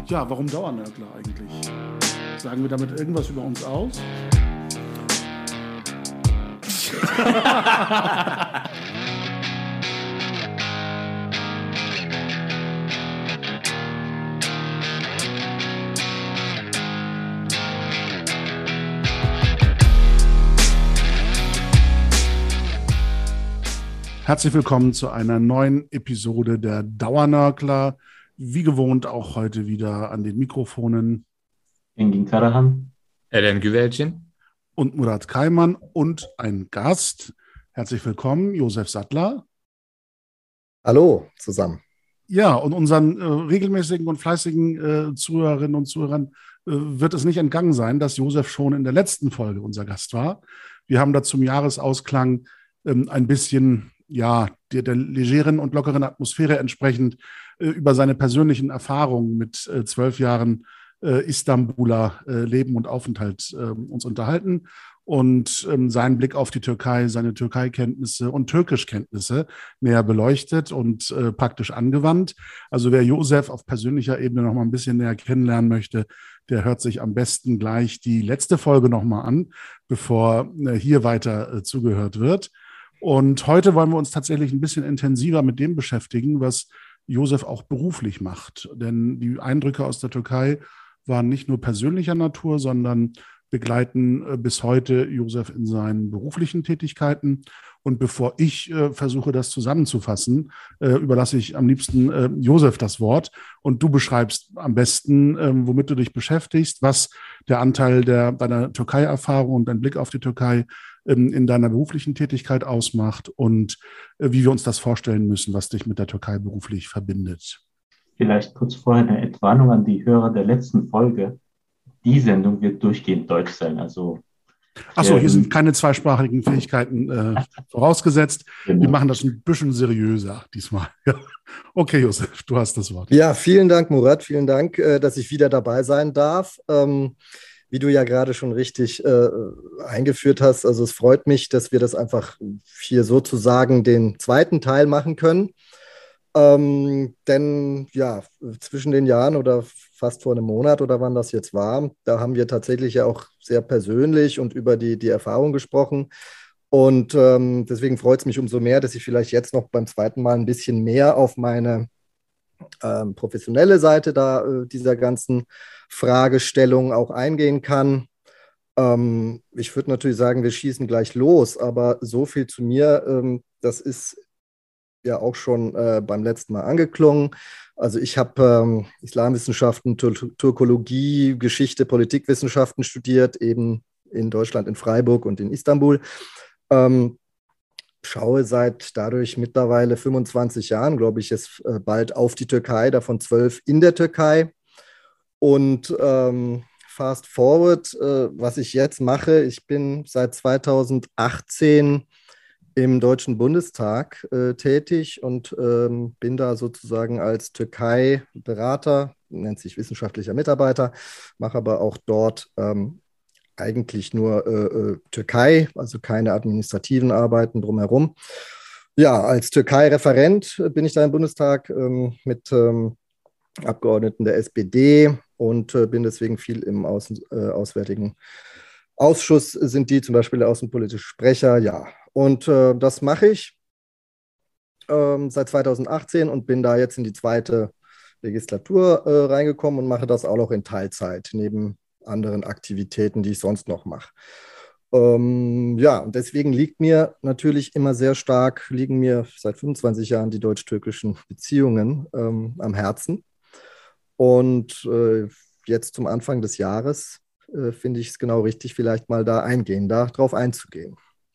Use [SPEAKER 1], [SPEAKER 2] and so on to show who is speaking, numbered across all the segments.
[SPEAKER 1] Ja, warum Dauernörgler eigentlich? Sagen wir damit irgendwas über uns aus? Herzlich willkommen zu einer neuen Episode der Dauernörgler. Wie gewohnt auch heute wieder an den Mikrofonen
[SPEAKER 2] Engin Karahan,
[SPEAKER 3] Eren Güvercin
[SPEAKER 1] und Murat Kayman und ein Gast. Herzlich willkommen, Josef Sattler.
[SPEAKER 4] Hallo zusammen.
[SPEAKER 1] Ja, und unseren regelmäßigen und fleißigen Zuhörerinnen und Zuhörern wird es nicht entgangen sein, dass Josef schon in der letzten Folge unser Gast war. Wir haben da zum Jahresausklang ein bisschen der legeren und lockeren Atmosphäre entsprechend über seine persönlichen Erfahrungen mit 12 Jahren Istanbuler Leben und Aufenthalt uns unterhalten und seinen Blick auf die Türkei, seine Türkei-Kenntnisse und Türkischkenntnisse näher beleuchtet und praktisch angewandt. Also wer Josef auf persönlicher Ebene noch mal ein bisschen näher kennenlernen möchte, der hört sich am besten gleich die letzte Folge noch mal an, bevor hier weiter zugehört wird. Und heute wollen wir uns tatsächlich ein bisschen intensiver mit dem beschäftigen, was Josef auch beruflich macht. Denn die Eindrücke aus der Türkei waren nicht nur persönlicher Natur, sondern begleiten bis heute Josef in seinen beruflichen Tätigkeiten. Und bevor ich versuche, das zusammenzufassen, überlasse ich am liebsten Josef das Wort. Und du beschreibst am besten, womit du dich beschäftigst, was der Anteil deiner Türkei-Erfahrung und dein Blick auf die Türkei in deiner beruflichen Tätigkeit ausmacht und wie wir uns das vorstellen müssen, was dich mit der Türkei beruflich verbindet.
[SPEAKER 2] vielleicht kurz vorher eine Entwarnung an die Hörer der letzten Folge. Die Sendung wird durchgehend deutsch sein. Also
[SPEAKER 1] Achso, hier sind keine zweisprachigen Fähigkeiten vorausgesetzt.
[SPEAKER 2] genau.
[SPEAKER 1] Wir machen das ein bisschen seriöser diesmal. Okay, Josef, du hast das Wort.
[SPEAKER 4] Ja, vielen Dank, Murat. Vielen Dank, dass ich wieder dabei sein darf. Wie du ja gerade schon richtig eingeführt hast, also es freut mich, dass wir das einfach hier sozusagen den zweiten Teil machen können. Denn ja, zwischen den Jahren oder fast vor einem Monat oder wann das jetzt war, da haben wir tatsächlich ja auch sehr persönlich und über die Erfahrung gesprochen. Und deswegen freut es mich umso mehr, dass ich vielleicht jetzt noch beim zweiten Mal ein bisschen mehr auf meine professionelle Seite dieser ganzen Fragestellung auch eingehen kann. Ich würde natürlich sagen, wir schießen gleich los, aber so viel zu mir, das ist ja auch schon beim letzten Mal angeklungen. Also ich habe Islamwissenschaften, Türkologie, Geschichte, Politikwissenschaften studiert, eben in Deutschland, in Freiburg und in Istanbul. Schaue seit dadurch mittlerweile 25 Jahren, glaube ich, jetzt bald auf die Türkei, davon 12 in der Türkei. Und fast forward, was ich jetzt mache, ich bin seit 2018 im Deutschen Bundestag tätig und bin da sozusagen als Türkei-Berater, nennt sich wissenschaftlicher Mitarbeiter, mache aber auch dort eigentlich nur Türkei, also keine administrativen Arbeiten drumherum. Ja, als Türkei-Referent bin ich da im Bundestag mit Abgeordneten der SPD und bin deswegen viel im Auswärtigen Ausschuss, sind die zum Beispiel der außenpolitische Sprecher, ja. Und das mache ich seit 2018 und bin da jetzt in die zweite Legislatur reingekommen und mache das auch noch in Teilzeit, neben anderen Aktivitäten, die ich sonst noch mache. Ja, und deswegen liegen mir seit 25 Jahren die deutsch-türkischen Beziehungen am Herzen. Und jetzt zum Anfang des Jahres finde ich es genau richtig, vielleicht mal darauf einzugehen.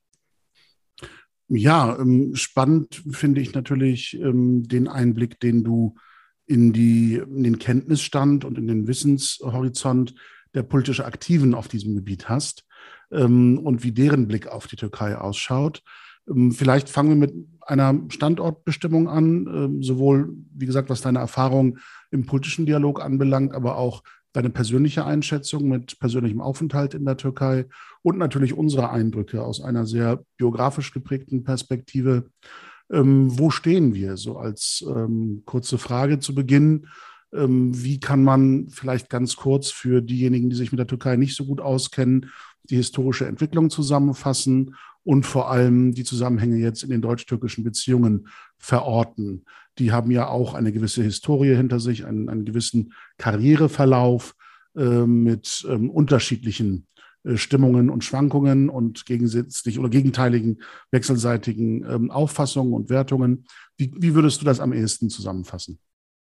[SPEAKER 1] Ja, spannend finde ich natürlich den Einblick, den du in den Kenntnisstand und in den Wissenshorizont der politisch Aktiven auf diesem Gebiet hast und wie deren Blick auf die Türkei ausschaut. Vielleicht fangen wir mit einer Standortbestimmung an, sowohl, wie gesagt, was deine Erfahrung im politischen Dialog anbelangt, aber auch deine persönliche Einschätzung mit persönlichem Aufenthalt in der Türkei und natürlich unsere Eindrücke aus einer sehr biografisch geprägten Perspektive. Wo stehen wir? So als kurze Frage zu Beginn. Wie kann man vielleicht ganz kurz für diejenigen, die sich mit der Türkei nicht so gut auskennen, die historische Entwicklung zusammenfassen und vor allem die Zusammenhänge jetzt in den deutsch-türkischen Beziehungen verorten? Die haben ja auch eine gewisse Historie hinter sich, einen gewissen Karriereverlauf mit unterschiedlichen Stimmungen und Schwankungen und gegensätzlich oder gegenteiligen wechselseitigen Auffassungen und Wertungen. Wie würdest du das am ehesten zusammenfassen?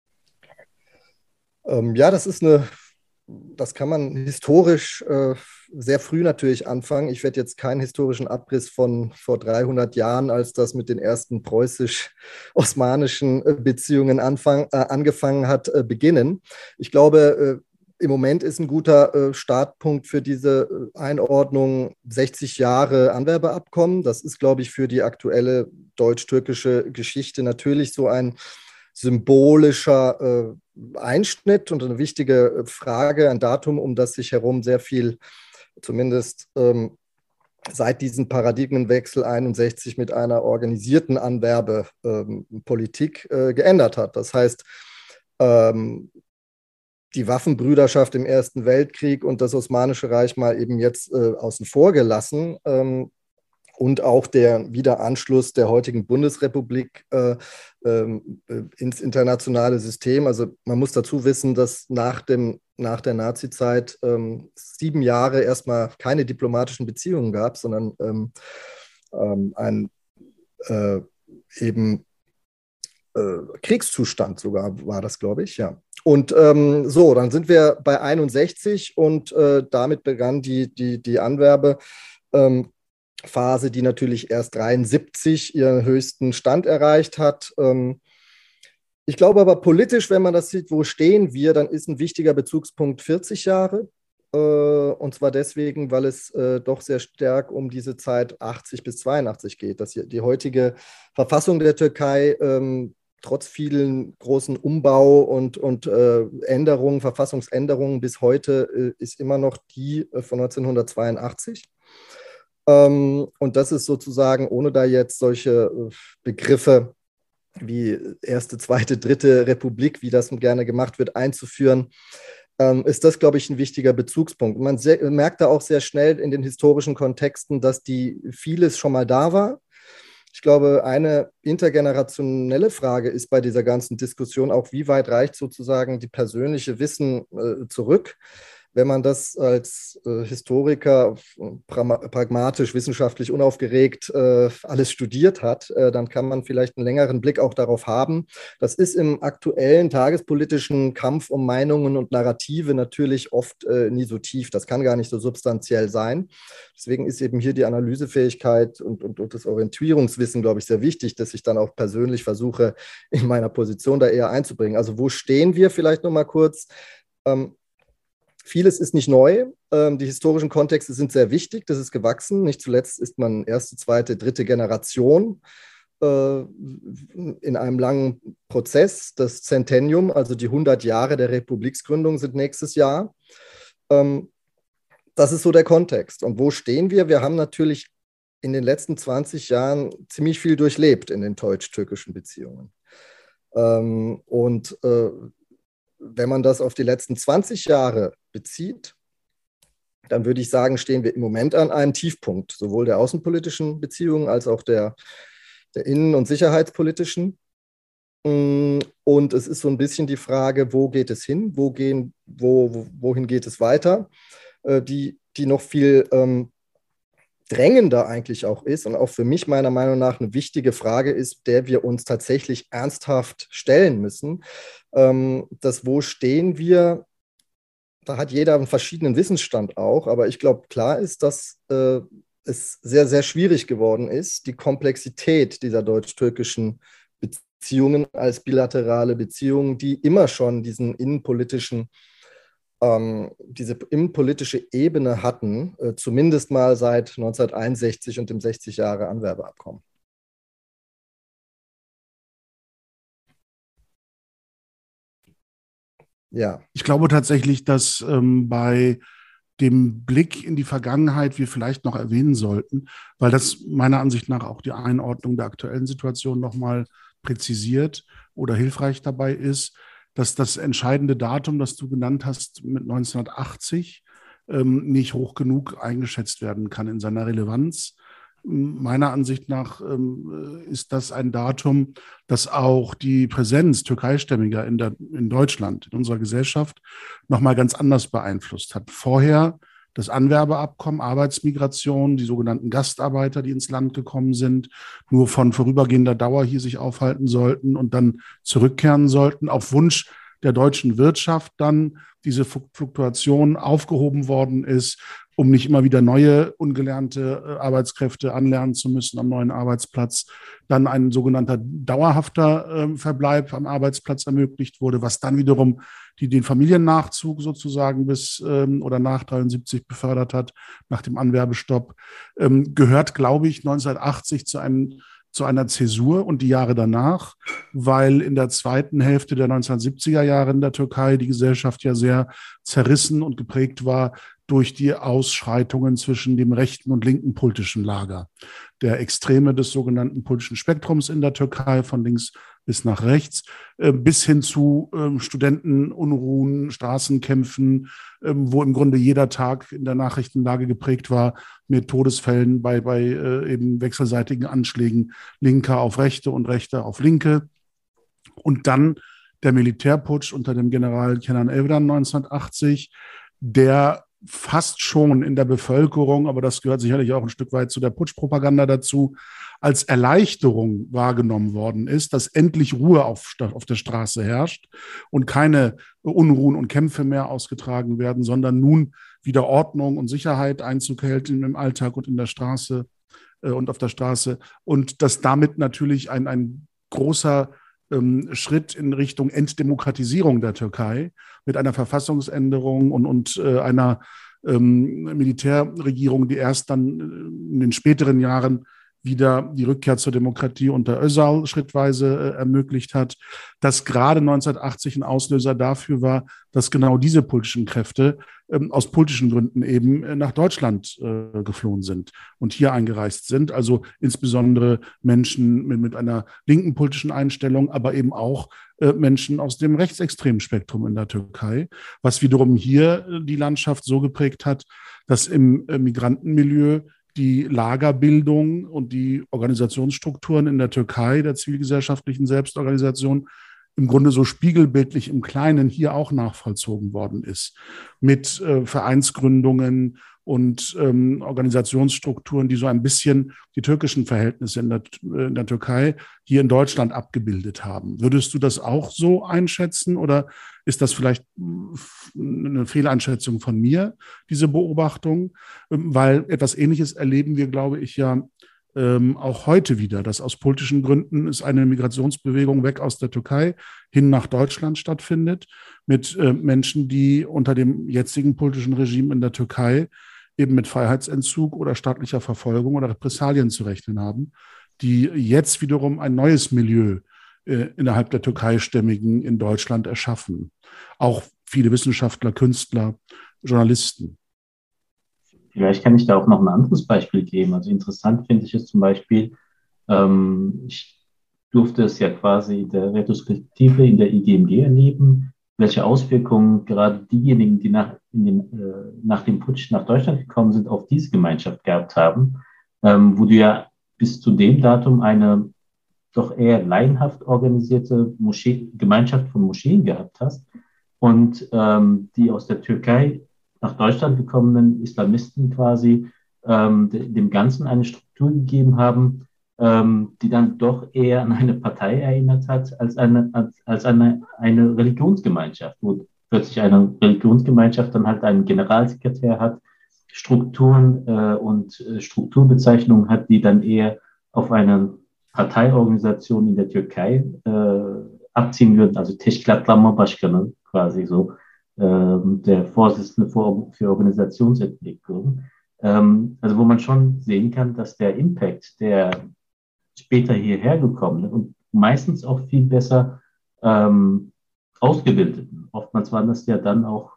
[SPEAKER 4] Ja, das kann man historisch sehr früh natürlich anfangen. Ich werde jetzt keinen historischen Abriss von vor 300 Jahren, als das mit den ersten preußisch-osmanischen Beziehungen angefangen hat, beginnen. Ich glaube, im Moment ist ein guter Startpunkt für diese Einordnung 60 Jahre Anwerbeabkommen. Das ist, glaube ich, für die aktuelle deutsch-türkische Geschichte natürlich so ein symbolischer Einschnitt und eine wichtige Frage, ein Datum, um das sich herum sehr viel, zumindest seit diesem Paradigmenwechsel 61 mit einer organisierten Anwerbepolitik geändert hat. Das heißt, die Waffenbrüderschaft im Ersten Weltkrieg und das Osmanische Reich mal eben jetzt außen vor gelassen und auch der Wiederanschluss der heutigen Bundesrepublik ins internationale System. Also man muss dazu wissen, dass nach der Nazizeit 7 Jahre erstmal keine diplomatischen Beziehungen gab, sondern eben Kriegszustand sogar war das, glaube ich, ja. Und so, dann sind wir bei 61 und damit begann die Anwerbephase, die natürlich erst 73 ihren höchsten Stand erreicht hat. Ich glaube aber politisch, wenn man das sieht, wo stehen wir, dann ist ein wichtiger Bezugspunkt 40 Jahre. Und zwar deswegen, weil es doch sehr stark um diese Zeit 80 bis 82 geht. Dass die heutige Verfassung der Türkei trotz vielen großen Umbau- und Änderungen, Verfassungsänderungen bis heute ist immer noch die von 1982. Und das ist sozusagen, ohne da jetzt solche Begriffe wie erste, zweite, dritte Republik, wie das gerne gemacht wird, einzuführen, ist das, glaube ich, ein wichtiger Bezugspunkt. Man merkt da auch sehr schnell in den historischen Kontexten, dass vieles schon mal da war. Ich glaube, eine intergenerationelle Frage ist bei dieser ganzen Diskussion auch, wie weit reicht sozusagen die persönliche Wissen zurück? Wenn man das als Historiker pragmatisch, wissenschaftlich, unaufgeregt alles studiert hat, dann kann man vielleicht einen längeren Blick auch darauf haben. Das ist im aktuellen tagespolitischen Kampf um Meinungen und Narrative natürlich oft nie so tief. Das kann gar nicht so substanziell sein. Deswegen ist eben hier die Analysefähigkeit und das Orientierungswissen, glaube ich, sehr wichtig, dass ich dann auch persönlich versuche, in meiner Position da eher einzubringen. Also wo stehen wir vielleicht noch mal kurz? Vieles ist nicht neu. Die historischen Kontexte sind sehr wichtig. Das ist gewachsen. Nicht zuletzt ist man erste, zweite, dritte Generation in einem langen Prozess. Das Centennium, also die 100 Jahre der Republiksgründung, sind nächstes Jahr. Das ist so der Kontext. Und wo stehen wir? Wir haben natürlich in den letzten 20 Jahren ziemlich viel durchlebt in den deutsch-türkischen Beziehungen. Wenn man das auf die letzten 20 Jahre bezieht, dann würde ich sagen, stehen wir im Moment an einem Tiefpunkt, sowohl der außenpolitischen Beziehungen als auch der innen- und sicherheitspolitischen. Und es ist so ein bisschen die Frage, wo geht es hin, wohin geht es weiter, die noch viel drängender eigentlich auch ist und auch für mich meiner Meinung nach eine wichtige Frage ist, der wir uns tatsächlich ernsthaft stellen müssen. Wo stehen wir? Da hat jeder einen verschiedenen Wissensstand auch, aber ich glaube, klar ist, dass es sehr, sehr schwierig geworden ist, die Komplexität dieser deutsch-türkischen Beziehungen als bilaterale Beziehungen, die immer schon diese innenpolitische Ebene hatten, zumindest mal seit 1961 und dem 60 Jahre Anwerbeabkommen.
[SPEAKER 1] Ja. Ich glaube tatsächlich, dass bei dem Blick in die Vergangenheit wir vielleicht noch erwähnen sollten, weil das meiner Ansicht nach auch die Einordnung der aktuellen Situation nochmal präzisiert oder hilfreich dabei ist, dass das entscheidende Datum, das du genannt hast, mit 1980, nicht hoch genug eingeschätzt werden kann in seiner Relevanz. Meiner Ansicht nach ist das ein Datum, das auch die Präsenz Türkeistämmiger in Deutschland, in unserer Gesellschaft, nochmal ganz anders beeinflusst hat. Vorher das Anwerbeabkommen, Arbeitsmigration, die sogenannten Gastarbeiter, die ins Land gekommen sind, nur von vorübergehender Dauer hier sich aufhalten sollten und dann zurückkehren sollten, auf Wunsch der deutschen Wirtschaft dann diese Fluktuation aufgehoben worden ist, um nicht immer wieder neue ungelernte Arbeitskräfte anlernen zu müssen am neuen Arbeitsplatz. Dann ein sogenannter dauerhafter Verbleib am Arbeitsplatz ermöglicht wurde, was dann wiederum den Familiennachzug sozusagen bis oder nach 73 befördert hat, nach dem Anwerbestopp, gehört, glaube ich, 1980 zu einer Zäsur und die Jahre danach, weil in der zweiten Hälfte der 1970er Jahre in der Türkei die Gesellschaft ja sehr zerrissen und geprägt war durch die Ausschreitungen zwischen dem rechten und linken politischen Lager. Der Extreme des sogenannten politischen Spektrums in der Türkei, von links bis nach rechts, bis hin zu Studentenunruhen, Straßenkämpfen, wo im Grunde jeder Tag in der Nachrichtenlage geprägt war mit Todesfällen bei eben wechselseitigen Anschlägen Linker auf Rechte und Rechte auf Linke. Und dann der Militärputsch unter dem General Kenan Evren 1980, der fast schon in der Bevölkerung, aber das gehört sicherlich auch ein Stück weit zu der Putschpropaganda dazu, als Erleichterung wahrgenommen worden ist, dass endlich Ruhe auf der Straße herrscht und keine Unruhen und Kämpfe mehr ausgetragen werden, sondern nun wieder Ordnung und Sicherheit Einzug hält im Alltag und in der Straße und auf der Straße. Und dass damit natürlich ein großer Schritt in Richtung Entdemokratisierung der Türkei mit einer Verfassungsänderung und einer Militärregierung, die erst dann in den späteren Jahren wieder die Rückkehr zur Demokratie unter Özal schrittweise ermöglicht hat, dass gerade 1980 ein Auslöser dafür war, dass genau diese politischen Kräfte aus politischen Gründen eben nach Deutschland geflohen sind und hier eingereist sind. Also insbesondere Menschen mit einer linken politischen Einstellung, aber eben auch Menschen aus dem rechtsextremen Spektrum in der Türkei, was wiederum hier die Landschaft so geprägt hat, dass im Migrantenmilieu die Lagerbildung und die Organisationsstrukturen in der Türkei, der zivilgesellschaftlichen Selbstorganisation, im Grunde so spiegelbildlich im Kleinen hier auch nachvollzogen worden ist. Mit Vereinsgründungen und Organisationsstrukturen, die so ein bisschen die türkischen Verhältnisse in der Türkei hier in Deutschland abgebildet haben. Würdest du das auch so einschätzen oder ist das vielleicht eine Fehleinschätzung von mir, diese Beobachtung? Weil etwas Ähnliches erleben wir, glaube ich, ja auch heute wieder, dass aus politischen Gründen es eine Migrationsbewegung weg aus der Türkei hin nach Deutschland stattfindet, mit Menschen, die unter dem jetzigen politischen Regime in der Türkei eben mit Freiheitsentzug oder staatlicher Verfolgung oder Repressalien zu rechnen haben, die jetzt wiederum ein neues Milieu innerhalb der Türkeistämmigen in Deutschland erschaffen. Auch viele Wissenschaftler, Künstler, Journalisten.
[SPEAKER 2] Vielleicht kann ich da auch noch ein anderes Beispiel geben. Also interessant finde ich es zum Beispiel, ich durfte es ja quasi in der Retrospektive in der IGMG erleben, welche Auswirkungen gerade diejenigen, die nach dem Putsch nach Deutschland gekommen sind, auf diese Gemeinschaft gehabt haben, wo du ja bis zu dem Datum eine doch eher laienhaft organisierte Gemeinschaft von Moscheen gehabt hast und die aus der Türkei nach Deutschland gekommenen Islamisten quasi dem Ganzen eine Struktur gegeben haben, die dann doch eher an eine Partei erinnert hat, als an eine Religionsgemeinschaft, wo plötzlich eine Religionsgemeinschaft dann halt einen Generalsekretär hat, Strukturen und Strukturbezeichnungen hat, die dann eher auf eine Parteiorganisation in der Türkei abziehen würden, also Teşkilatlanma Başkanı quasi so, der Vorsitzende für Organisationsentwicklung. Also wo man schon sehen kann, dass der Impact der später hierher gekommenen und meistens auch viel besser ausgebildeten, oftmals waren das ja dann auch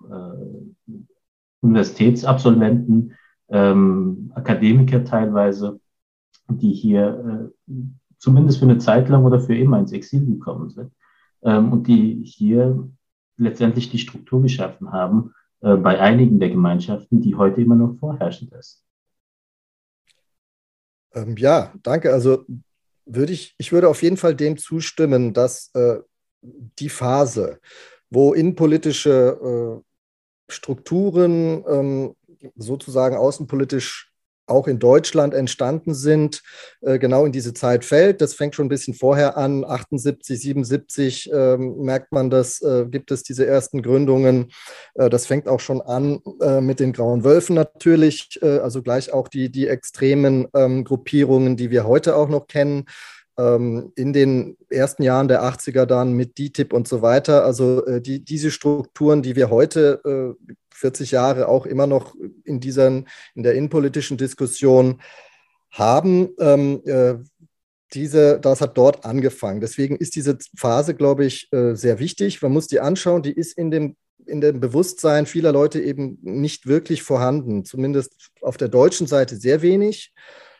[SPEAKER 2] Universitätsabsolventen, Akademiker teilweise, die hier zumindest für eine Zeit lang oder für immer ins Exil gekommen sind, und die hier letztendlich die Struktur geschaffen haben, bei einigen der Gemeinschaften, die heute immer noch vorherrschend ist.
[SPEAKER 4] Ja, danke. Also ich würde auf jeden Fall dem zustimmen, dass die Phase, wo innenpolitische Strukturen sozusagen außenpolitisch auch in Deutschland entstanden sind, genau in diese Zeit fällt. Das fängt schon ein bisschen vorher an, 78, 77 merkt man das, gibt es diese ersten Gründungen. Das fängt auch schon an mit den Grauen Wölfen natürlich, also gleich auch die extremen Gruppierungen, die wir heute auch noch kennen. In den ersten Jahren der 80er dann mit DİTİB und so weiter. Also diese Strukturen, die wir heute 40 Jahre auch immer noch in der innenpolitischen Diskussion haben, das hat dort angefangen. Deswegen ist diese Phase, glaube ich, sehr wichtig. Man muss die anschauen, die ist in dem Bewusstsein vieler Leute eben nicht wirklich vorhanden, zumindest auf der deutschen Seite sehr wenig.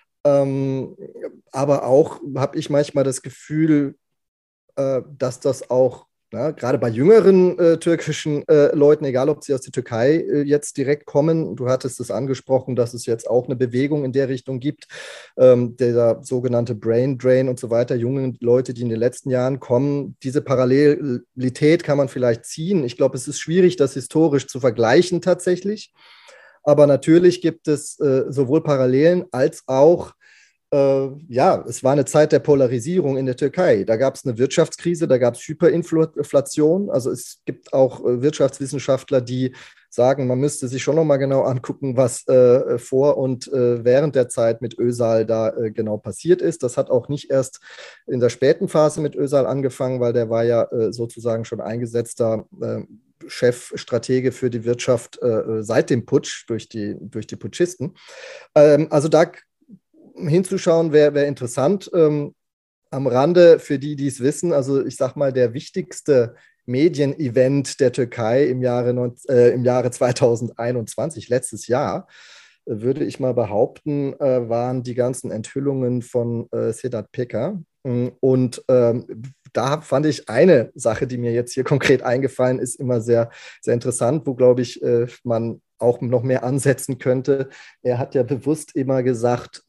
[SPEAKER 4] Aber auch habe ich manchmal das Gefühl, dass das auch gerade bei jüngeren türkischen Leuten, egal ob sie aus der Türkei jetzt direkt kommen, du hattest es angesprochen, dass es jetzt auch eine Bewegung in der Richtung gibt, der sogenannte Brain Drain und so weiter, junge Leute, die in den letzten Jahren kommen, diese Parallelität kann man vielleicht ziehen. Ich glaube, es ist schwierig, das historisch zu vergleichen tatsächlich. Aber natürlich gibt es sowohl Parallelen als auch, es war eine Zeit der Polarisierung in der Türkei. Da gab es eine Wirtschaftskrise, da gab es Hyperinflation. Also es gibt auch Wirtschaftswissenschaftler, die sagen, man müsste sich schon nochmal genau angucken, was vor und während der Zeit mit Özal da genau passiert ist. Das hat auch nicht erst in der späten Phase mit Özal angefangen, weil der war ja sozusagen schon eingesetzter Chefstratege für die Wirtschaft seit dem Putsch durch die Putschisten. Also da hinzuschauen wäre interessant. Am Rande für die es wissen, also ich sag mal, der wichtigste Medienevent der Türkei im Jahre 2021, letztes Jahr, würde ich mal behaupten, waren die ganzen Enthüllungen von Sedat Peker. Und da fand ich eine Sache, die mir jetzt hier konkret eingefallen ist, immer sehr, sehr interessant, wo, glaube ich, man auch noch mehr ansetzen könnte. Er hat ja bewusst immer gesagt,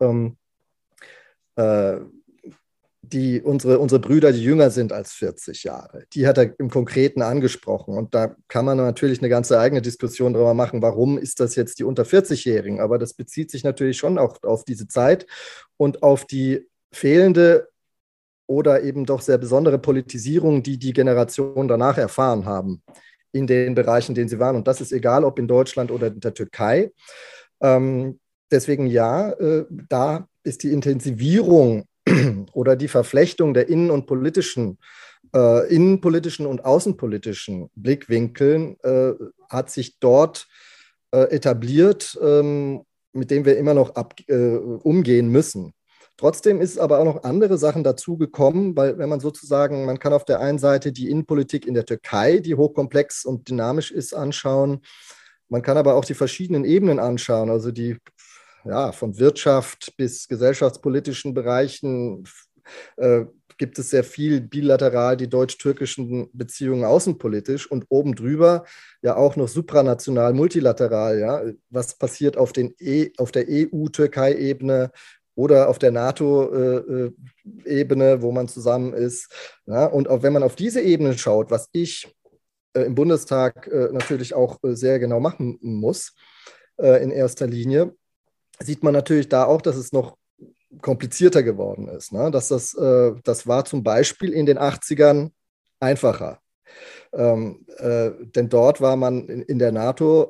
[SPEAKER 4] unsere Brüder, die jünger sind als 40 Jahre, die hat er im Konkreten angesprochen. Und da kann man natürlich eine ganze eigene Diskussion darüber machen, warum ist das jetzt die unter 40-Jährigen? Aber das bezieht sich natürlich schon auch auf diese Zeit und auf die fehlende oder eben doch sehr besondere Politisierung, die Generation danach erfahren haben in den Bereichen, in denen sie waren. Und das ist egal, ob in Deutschland oder in der Türkei. Deswegen da ist die Intensivierung oder die Verflechtung der innenpolitischen und außenpolitischen Blickwinkeln hat sich dort etabliert, mit dem wir immer noch umgehen müssen. Trotzdem ist aber auch noch andere Sachen dazugekommen, weil wenn man sozusagen, man kann auf der einen Seite die Innenpolitik in der Türkei, die hochkomplex und dynamisch ist, anschauen. Man kann aber auch die verschiedenen Ebenen anschauen, also von Wirtschaft bis gesellschaftspolitischen Bereichen gibt es sehr viel bilateral die deutsch-türkischen Beziehungen außenpolitisch und oben drüber ja auch noch supranational, multilateral. Ja? Was passiert auf der EU-Türkei-Ebene oder auf der NATO-Ebene, wo man zusammen ist. Ja? Und auch wenn man auf diese Ebene schaut, was ich im Bundestag natürlich auch sehr genau machen muss, in erster Linie, sieht man natürlich da auch, dass es noch komplizierter geworden ist. Ne? Das war zum Beispiel in den 80ern einfacher. Denn dort war man in der NATO,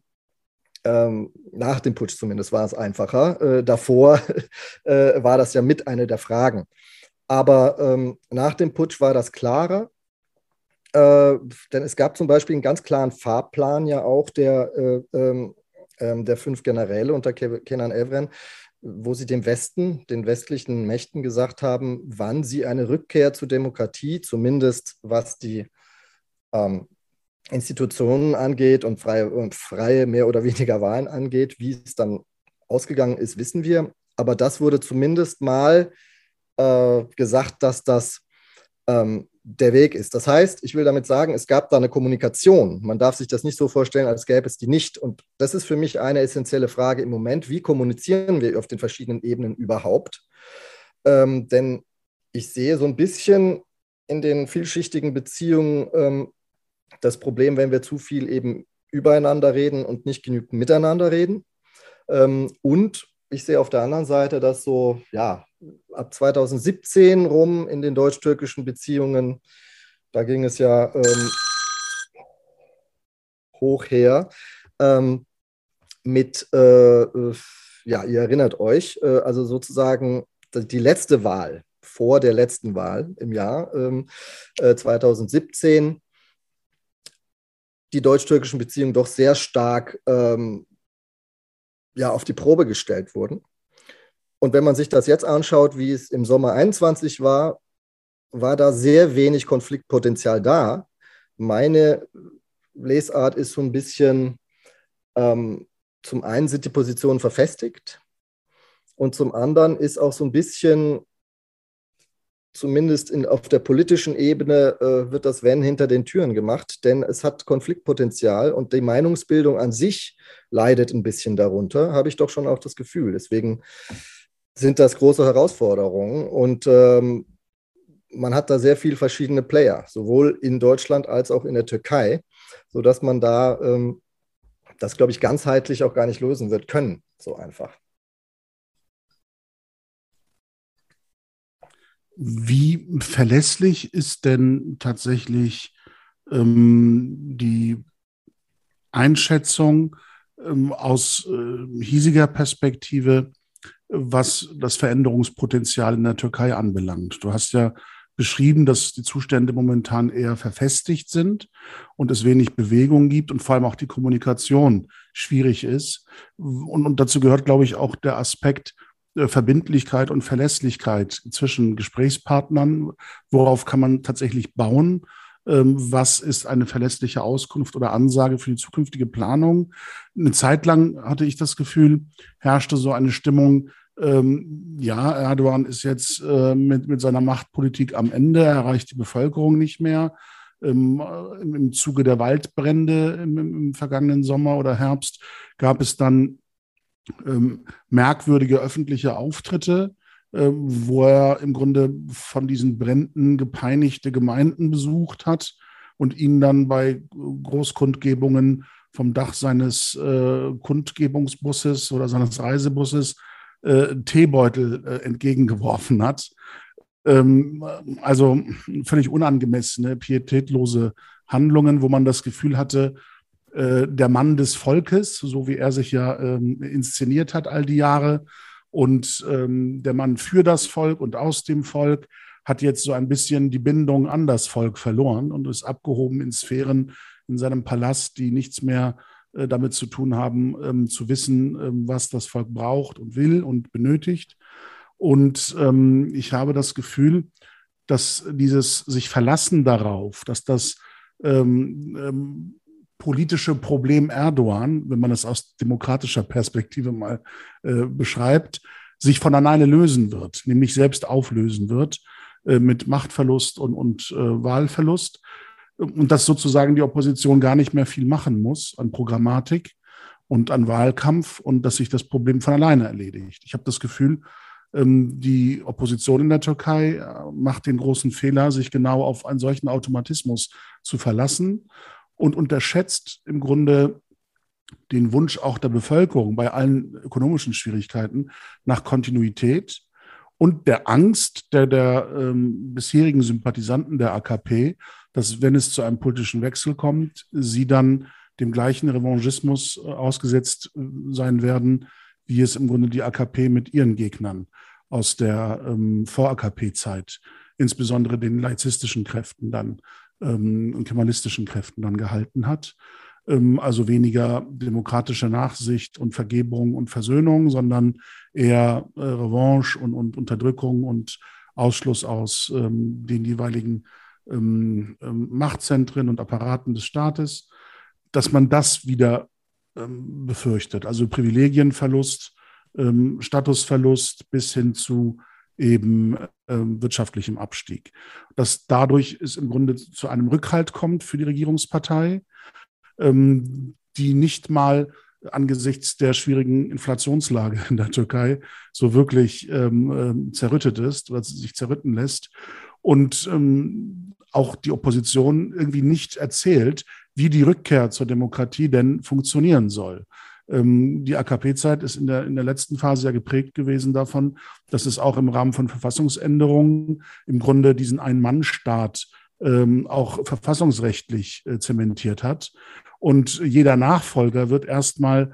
[SPEAKER 4] nach dem Putsch zumindest war es einfacher. Davor war das ja mit einer der Fragen. Aber nach dem Putsch war das klarer. Denn es gab zum Beispiel einen ganz klaren Fahrplan ja auch der 5 Generäle unter Kenan Evren, wo sie dem Westen, den westlichen Mächten gesagt haben, wann sie eine Rückkehr zur Demokratie, zumindest was die Institutionen angeht und freie mehr oder weniger Wahlen angeht. Wie es dann ausgegangen ist, wissen wir. Aber das wurde zumindest mal gesagt, dass das der Weg ist. Das heißt, ich will damit sagen, es gab da eine Kommunikation. Man darf sich das nicht so vorstellen, als gäbe es die nicht. Und das ist für mich eine essentielle Frage im Moment. Wie kommunizieren wir auf den verschiedenen Ebenen überhaupt? Denn ich sehe so ein bisschen in den vielschichtigen Beziehungen das Problem, wenn wir zu viel eben übereinander reden und nicht genügend miteinander reden. Und ich sehe auf der anderen Seite, dass so, ja, ab 2017 rum in den deutsch-türkischen Beziehungen, da ging es ja hoch her, mit, ja, ihr erinnert euch, also sozusagen die letzte Wahl, vor der letzten Wahl im Jahr 2017, die deutsch-türkischen Beziehungen doch sehr stark ja, auf die Probe gestellt wurden. Und wenn man sich das jetzt anschaut, wie es im Sommer 21 war, war da sehr wenig Konfliktpotenzial da. Meine Lesart ist so ein bisschen, zum einen sind die Positionen verfestigt und zum anderen ist auch so ein bisschen, zumindest auf der politischen Ebene, wird das Wenn hinter den Türen gemacht, denn es hat Konfliktpotenzial und die Meinungsbildung an sich leidet ein bisschen darunter, habe ich doch schon auch das Gefühl. Deswegen sind das große Herausforderungen und man hat da sehr viele verschiedene Player, sowohl in Deutschland als auch in der Türkei, sodass man da das, glaube ich, ganzheitlich auch gar nicht lösen wird können, so einfach.
[SPEAKER 1] Wie verlässlich ist denn tatsächlich die Einschätzung aus hiesiger Perspektive, was das Veränderungspotenzial in der Türkei anbelangt? Du hast ja beschrieben, dass die Zustände momentan eher verfestigt sind und es wenig Bewegung gibt und vor allem auch die Kommunikation schwierig ist. Und dazu gehört, glaube ich, auch der Aspekt Verbindlichkeit und Verlässlichkeit zwischen Gesprächspartnern. Worauf kann man tatsächlich bauen? Was ist eine verlässliche Auskunft oder Ansage für die zukünftige Planung? Eine Zeit lang hatte ich das Gefühl, herrschte so eine Stimmung, ja, Erdogan ist jetzt mit seiner Machtpolitik am Ende, erreicht die Bevölkerung nicht mehr. Im Zuge der Waldbrände im vergangenen Sommer oder Herbst gab es dann merkwürdige öffentliche Auftritte, wo er im Grunde von diesen Bränden gepeinigte Gemeinden besucht hat und ihnen dann bei Großkundgebungen vom Dach seines Kundgebungsbusses oder seines Reisebusses Teebeutel entgegengeworfen hat. Also völlig unangemessene, pietätlose Handlungen, wo man das Gefühl hatte, der Mann des Volkes, so wie er sich ja inszeniert hat all die Jahre, und der Mann für das Volk und aus dem Volk hat jetzt so ein bisschen die Bindung an das Volk verloren und ist abgehoben in Sphären in seinem Palast, die nichts mehr damit zu tun haben, zu wissen, was das Volk braucht und will und benötigt. Und ich habe das Gefühl, dass dieses sich verlassen darauf, dass das politische Problem Erdogan, wenn man es aus demokratischer Perspektive mal beschreibt, sich von alleine lösen wird, nämlich selbst auflösen wird mit Machtverlust und Wahlverlust. Und dass sozusagen die Opposition gar nicht mehr viel machen muss an Programmatik und an Wahlkampf und dass sich das Problem von alleine erledigt. Ich habe das Gefühl, die Opposition in der Türkei macht den großen Fehler, sich genau auf einen solchen Automatismus zu verlassen und unterschätzt im Grunde den Wunsch auch der Bevölkerung bei allen ökonomischen Schwierigkeiten nach Kontinuität und der Angst der bisherigen Sympathisanten der AKP, dass, wenn es zu einem politischen Wechsel kommt, sie dann dem gleichen Revanchismus ausgesetzt sein werden, wie es im Grunde die AKP mit ihren Gegnern aus der Vor-AKP-Zeit, insbesondere den laizistischen Kräften dann und kemalistischen Kräften dann gehalten hat. Also weniger demokratische Nachsicht und Vergebung und Versöhnung, sondern eher Revanche und Unterdrückung und Ausschluss aus den jeweiligen Machtzentren und Apparaten des Staates, dass man das wieder befürchtet. Also Privilegienverlust, Statusverlust bis hin zu eben wirtschaftlichem Abstieg. Dass dadurch es im Grunde zu einem Rückhalt kommt für die Regierungspartei, die nicht mal angesichts der schwierigen Inflationslage in der Türkei so wirklich zerrüttet ist oder sich zerrütten lässt. Und auch die Opposition irgendwie nicht erzählt, wie die Rückkehr zur Demokratie denn funktionieren soll. Die AKP-Zeit ist in der letzten Phase ja geprägt gewesen davon, dass es auch im Rahmen von Verfassungsänderungen im Grunde diesen Ein-Mann-Staat auch verfassungsrechtlich zementiert hat. Und jeder Nachfolger wird erstmal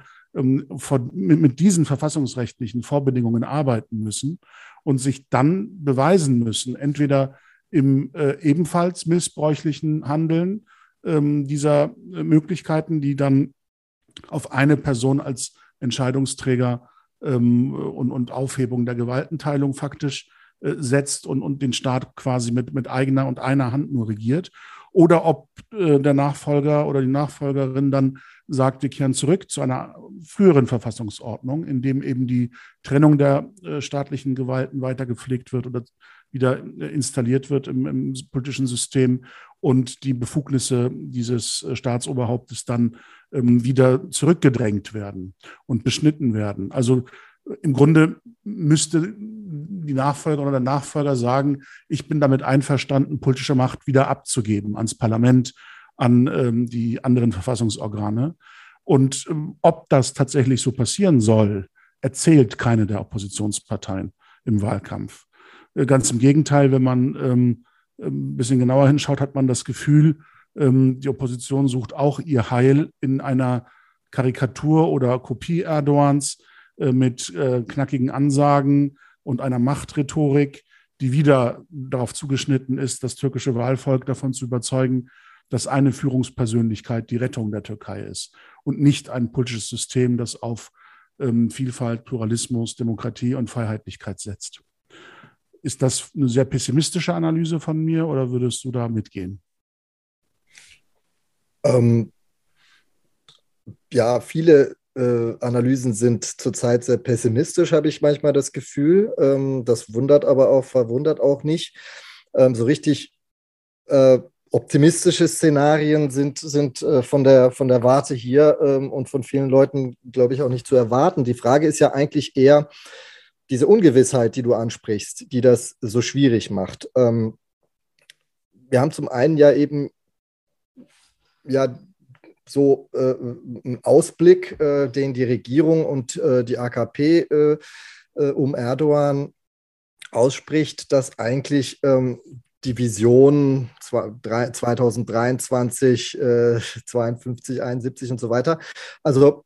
[SPEAKER 1] mit diesen verfassungsrechtlichen Vorbedingungen arbeiten müssen und sich dann beweisen müssen, entweder im ebenfalls missbräuchlichen Handeln dieser Möglichkeiten, die dann auf eine Person als Entscheidungsträger und Aufhebung der Gewaltenteilung faktisch setzt und den Staat quasi mit eigener und einer Hand nur regiert. Oder ob der Nachfolger oder die Nachfolgerin dann sagt, wir kehren zurück zu einer früheren Verfassungsordnung, in dem eben die Trennung der staatlichen Gewalten weiter gepflegt wird oder wieder installiert wird im politischen System und die Befugnisse dieses Staatsoberhauptes dann wieder zurückgedrängt werden und beschnitten werden. Also im Grunde müsste die Nachfolgerin oder der Nachfolger sagen, ich bin damit einverstanden, politische Macht wieder abzugeben ans Parlament, an die anderen Verfassungsorgane. Und ob das tatsächlich so passieren soll, erzählt keine der Oppositionsparteien im Wahlkampf. Ganz im Gegenteil, wenn man ein bisschen genauer hinschaut, hat man das Gefühl, die Opposition sucht auch ihr Heil in einer Karikatur oder Kopie Erdogans mit knackigen Ansagen und einer Machtrhetorik, die wieder darauf zugeschnitten ist, das türkische Wahlvolk davon zu überzeugen, dass eine Führungspersönlichkeit die Rettung der Türkei ist und nicht ein politisches System, das auf Vielfalt, Pluralismus, Demokratie und Freiheitlichkeit setzt. Ist das eine sehr pessimistische Analyse von mir oder würdest du da mitgehen?
[SPEAKER 4] Ja, viele Analysen sind zurzeit sehr pessimistisch, habe ich manchmal das Gefühl. Das verwundert auch nicht. So richtig optimistische Szenarien sind von der Warte hier und von vielen Leuten, glaube ich, auch nicht zu erwarten. Die Frage ist ja eigentlich eher diese Ungewissheit, die du ansprichst, die das so schwierig macht. Wir haben zum einen ja eben so einen Ausblick, den die Regierung und die AKP um Erdogan ausspricht, dass eigentlich die Vision 2023, 52, 71 und so weiter, also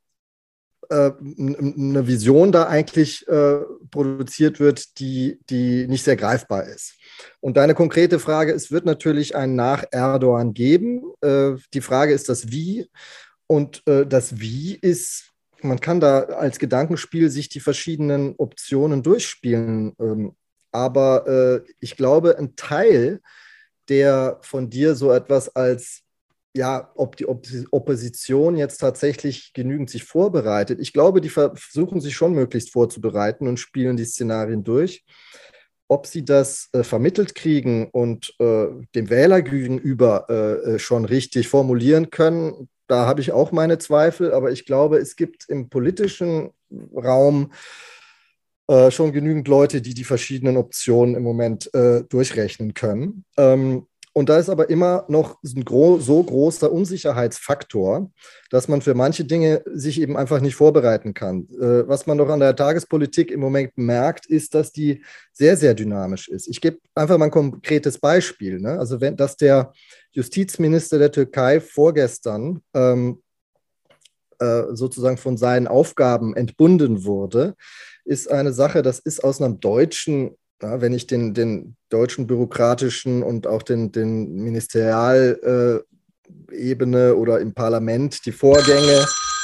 [SPEAKER 4] eine Vision da eigentlich produziert wird, die nicht sehr greifbar ist. Und deine konkrete Frage, es wird natürlich ein Nach Erdogan geben. Die Frage ist das Wie. Und das Wie ist, man kann da als Gedankenspiel sich die verschiedenen Optionen durchspielen. Aber ich glaube, ein Teil, der von dir so etwas als ob die Opposition jetzt tatsächlich genügend sich vorbereitet. Ich glaube, die versuchen sich schon möglichst vorzubereiten und spielen die Szenarien durch. Ob sie das vermittelt kriegen und dem Wähler gegenüber schon richtig formulieren können, da habe ich auch meine Zweifel. Aber ich glaube, es gibt im politischen Raum schon genügend Leute, die verschiedenen Optionen im Moment durchrechnen können. Und da ist aber immer noch ein so großer Unsicherheitsfaktor, dass man für manche Dinge sich eben einfach nicht vorbereiten kann. Was man doch an der Tagespolitik im Moment merkt, ist, dass die sehr, sehr dynamisch ist. Ich gebe einfach mal ein konkretes Beispiel. Ne? Also dass der Justizminister der Türkei vorgestern sozusagen von seinen Aufgaben entbunden wurde, ist eine Sache, das ist aus einem deutschen, wenn ich den deutschen bürokratischen und auch den Ministerialebene oder im Parlament die Vorgänge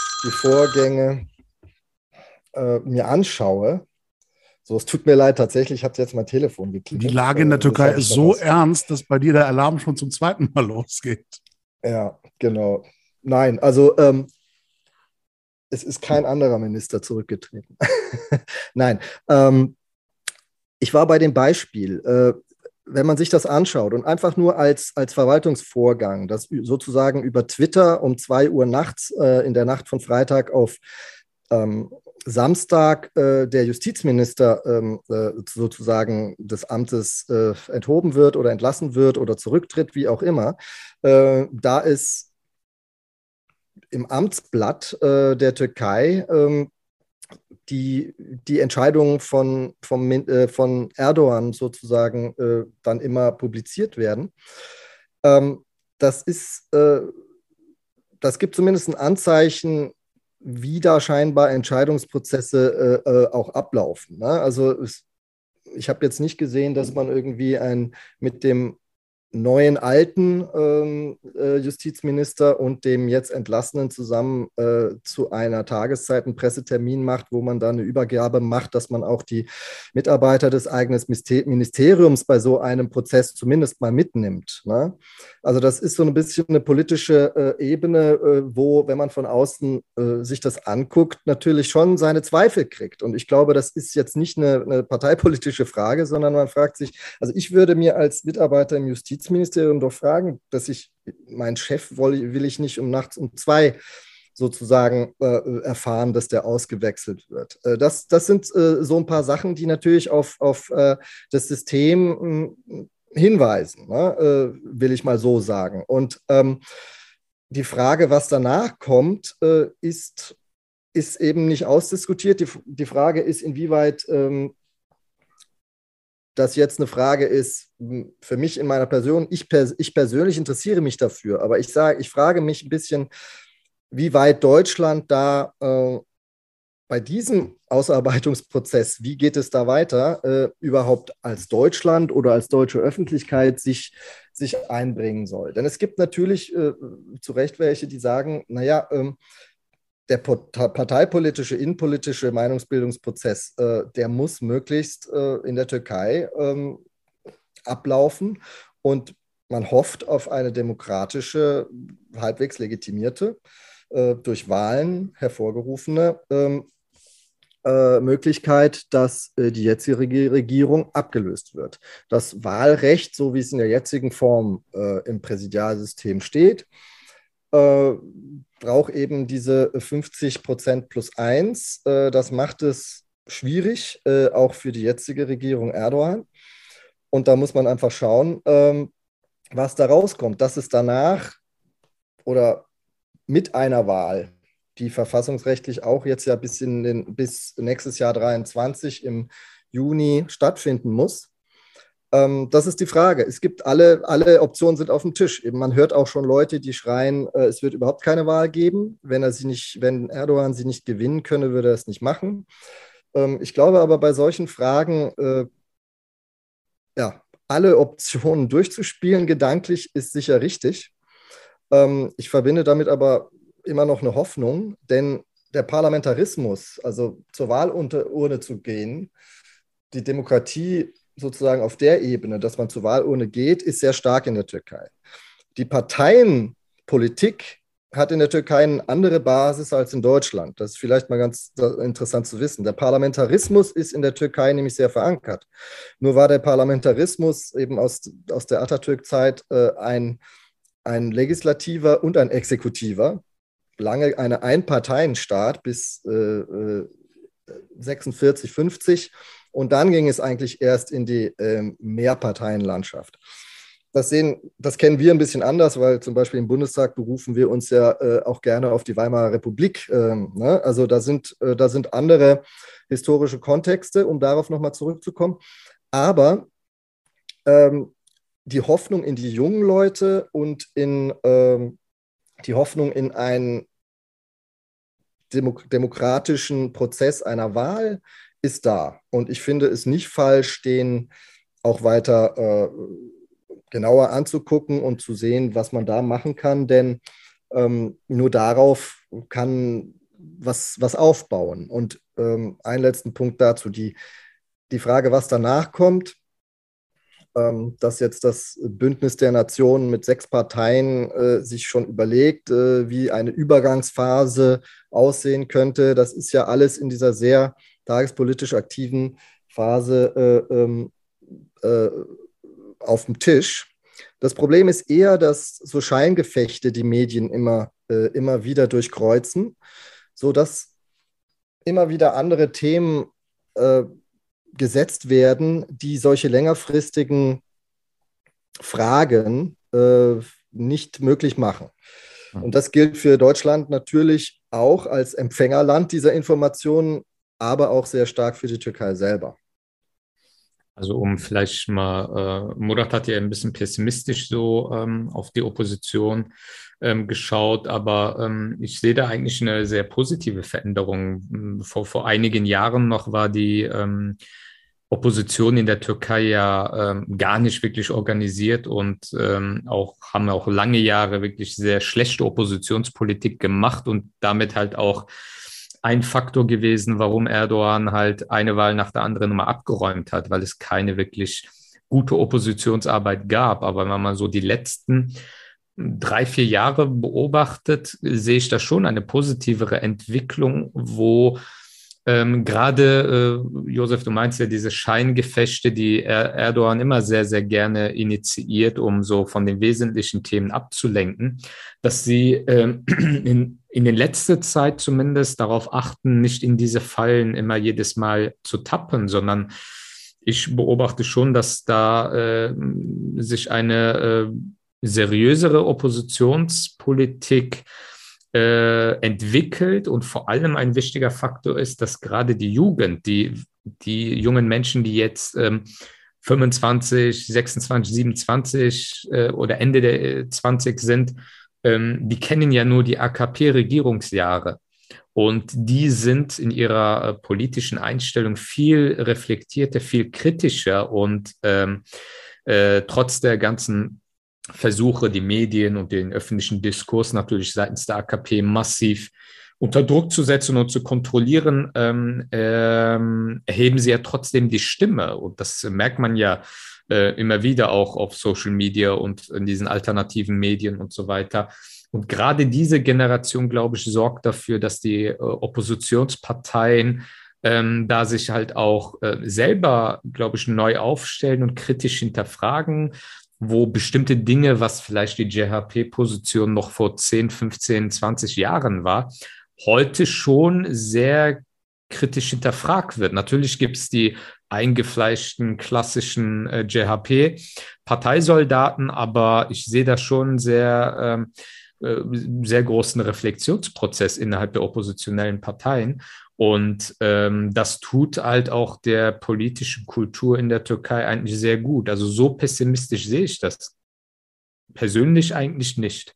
[SPEAKER 4] mir anschaue. So, es tut mir leid, tatsächlich hat jetzt mein Telefon geklingelt.
[SPEAKER 1] Die Lage in der Türkei ist so ernst, dass bei dir der Alarm schon zum zweiten Mal losgeht.
[SPEAKER 4] Ja, genau. Nein, also es ist kein anderer Minister zurückgetreten. Nein, Ich war bei dem Beispiel, wenn man sich das anschaut und einfach nur als Verwaltungsvorgang, das sozusagen über Twitter um 2 Uhr nachts, in der Nacht von Freitag auf Samstag der Justizminister sozusagen des Amtes enthoben wird oder entlassen wird oder zurücktritt, wie auch immer, da ist im Amtsblatt der Türkei die Entscheidungen von Erdogan sozusagen dann immer publiziert werden. Das gibt zumindest ein Anzeichen, wie da scheinbar Entscheidungsprozesse auch ablaufen. Ne? Also ich habe jetzt nicht gesehen, dass man irgendwie mit dem neuen alten Justizminister und dem jetzt entlassenen zusammen zu einer Tageszeit einen Pressetermin macht, wo man dann eine Übergabe macht, dass man auch die Mitarbeiter des eigenen Ministeriums bei so einem Prozess zumindest mal mitnimmt. Ne? Also das ist so ein bisschen eine politische Ebene, wo, wenn man von außen sich das anguckt, natürlich schon seine Zweifel kriegt. Und ich glaube, das ist jetzt nicht eine parteipolitische Frage, sondern man fragt sich, also ich würde mir als Mitarbeiter im Justizministerium doch fragen, meinen Chef will ich nicht nachts um 2 sozusagen erfahren, dass der ausgewechselt wird. Das sind so ein paar Sachen, die natürlich auf das System hinweisen, ne? Will ich mal so sagen. Und die Frage, was danach kommt, ist eben nicht ausdiskutiert. Die Frage ist, inwieweit das jetzt eine Frage ist, für mich in meiner Person, ich persönlich interessiere mich dafür, aber ich frage mich ein bisschen, wie weit Deutschland da bei diesem Ausarbeitungsprozess, wie geht es da weiter, überhaupt als Deutschland oder als deutsche Öffentlichkeit sich einbringen soll. Denn es gibt natürlich zu Recht welche, die sagen, naja, der parteipolitische, innenpolitische Meinungsbildungsprozess, der muss möglichst in der Türkei ablaufen und man hofft auf eine demokratische, halbwegs legitimierte, durch Wahlen hervorgerufene Möglichkeit, dass die jetzige Regierung abgelöst wird. Das Wahlrecht, so wie es in der jetzigen Form im Präsidialsystem steht, braucht eben diese 50% plus 1. Das macht es schwierig, auch für die jetzige Regierung Erdogan. Und da muss man einfach schauen, was da rauskommt. Dass es danach oder mit einer Wahl, die verfassungsrechtlich auch jetzt ja bis nächstes Jahr 2023 im Juni stattfinden muss, das ist die Frage. Es gibt alle Optionen sind auf dem Tisch. Eben, man hört auch schon Leute, die schreien, es wird überhaupt keine Wahl geben. Wenn Erdogan sie nicht gewinnen könne, würde er es nicht machen. Ich glaube aber bei solchen Fragen, alle Optionen durchzuspielen, gedanklich, ist sicher richtig. Ich verbinde damit aber immer noch eine Hoffnung, denn der Parlamentarismus, also zur Wahlurne zu gehen, die Demokratie sozusagen auf der Ebene, dass man zur Wahlurne geht, ist sehr stark in der Türkei. Die Parteienpolitik hat in der Türkei eine andere Basis als in Deutschland. Das ist vielleicht mal ganz interessant zu wissen. Der Parlamentarismus ist in der Türkei nämlich sehr verankert. Nur war der Parlamentarismus eben aus der Atatürk-Zeit ein legislativer und ein exekutiver. Lange eine Einparteienstaat bis 46, 50. Und dann ging es eigentlich erst in die Mehrparteienlandschaft. Das kennen wir ein bisschen anders, weil zum Beispiel im Bundestag berufen wir uns ja auch gerne auf die Weimarer Republik. Ne? Also da sind andere historische Kontexte, um darauf nochmal zurückzukommen. Aber die Hoffnung in die jungen Leute und die Hoffnung in einen demokratischen Prozess einer Wahl ist da. Und ich finde es nicht falsch, den auch weiter genauer anzugucken und zu sehen, was man da machen kann, denn nur darauf kann was aufbauen. Und einen letzten Punkt dazu, die Frage, was danach kommt, dass jetzt das Bündnis der Nationen mit 6 Parteien sich schon überlegt, wie eine Übergangsphase aussehen könnte. Das ist ja alles in dieser sehr tagespolitisch aktiven Phase auf dem Tisch. Das Problem ist eher, dass so Scheingefechte die Medien immer wieder durchkreuzen, sodass immer wieder andere Themen gesetzt werden, die solche längerfristigen Fragen nicht möglich machen. Und das gilt für Deutschland natürlich auch als Empfängerland dieser Informationen, aber auch sehr stark für die Türkei selber.
[SPEAKER 3] Also um vielleicht mal, Murat hat ja ein bisschen pessimistisch so auf die Opposition geschaut, aber ich sehe da eigentlich eine sehr positive Veränderung. Vor einigen Jahren noch war die Opposition in der Türkei ja gar nicht wirklich organisiert und haben auch lange Jahre wirklich sehr schlechte Oppositionspolitik gemacht und damit halt auch ein Faktor gewesen, warum Erdogan halt eine Wahl nach der anderen immer abgeräumt hat, weil es keine wirklich gute Oppositionsarbeit gab. Aber wenn man mal so die letzten 3-4 Jahre beobachtet, sehe ich da schon eine positivere Entwicklung, wo gerade, Josef, du meinst ja diese Scheingefechte, die Erdogan immer sehr, sehr gerne initiiert, um so von den wesentlichen Themen abzulenken, dass sie in den letzter Zeit zumindest darauf achten, nicht in diese Fallen immer jedes Mal zu tappen, sondern ich beobachte schon, dass da sich eine seriösere Oppositionspolitik entwickelt und vor allem ein wichtiger Faktor ist, dass gerade die Jugend, die jungen Menschen, die jetzt 25, 26, 27 oder Ende der 20 sind, die kennen ja nur die AKP-Regierungsjahre. Und die sind in ihrer politischen Einstellung viel reflektierter, viel kritischer und trotz der ganzen Versuche, die Medien und den öffentlichen Diskurs natürlich seitens der AKP massiv unter Druck zu setzen und zu kontrollieren, erheben sie ja trotzdem die Stimme. Und das merkt man ja immer wieder auch auf Social Media und in diesen alternativen Medien und so weiter. Und gerade diese Generation, glaube ich, sorgt dafür, dass die Oppositionsparteien da sich halt auch selber, glaube ich, neu aufstellen und kritisch hinterfragen, wo bestimmte Dinge, was vielleicht die JHP-Position noch vor 10, 15, 20 Jahren war, heute schon sehr kritisch hinterfragt wird. Natürlich gibt es die eingefleischten klassischen JHP-Parteisoldaten, aber ich sehe da schon sehr großen Reflexionsprozess innerhalb der oppositionellen Parteien. Und das tut halt auch der politischen Kultur in der Türkei eigentlich sehr gut. Also so pessimistisch sehe ich das persönlich eigentlich nicht.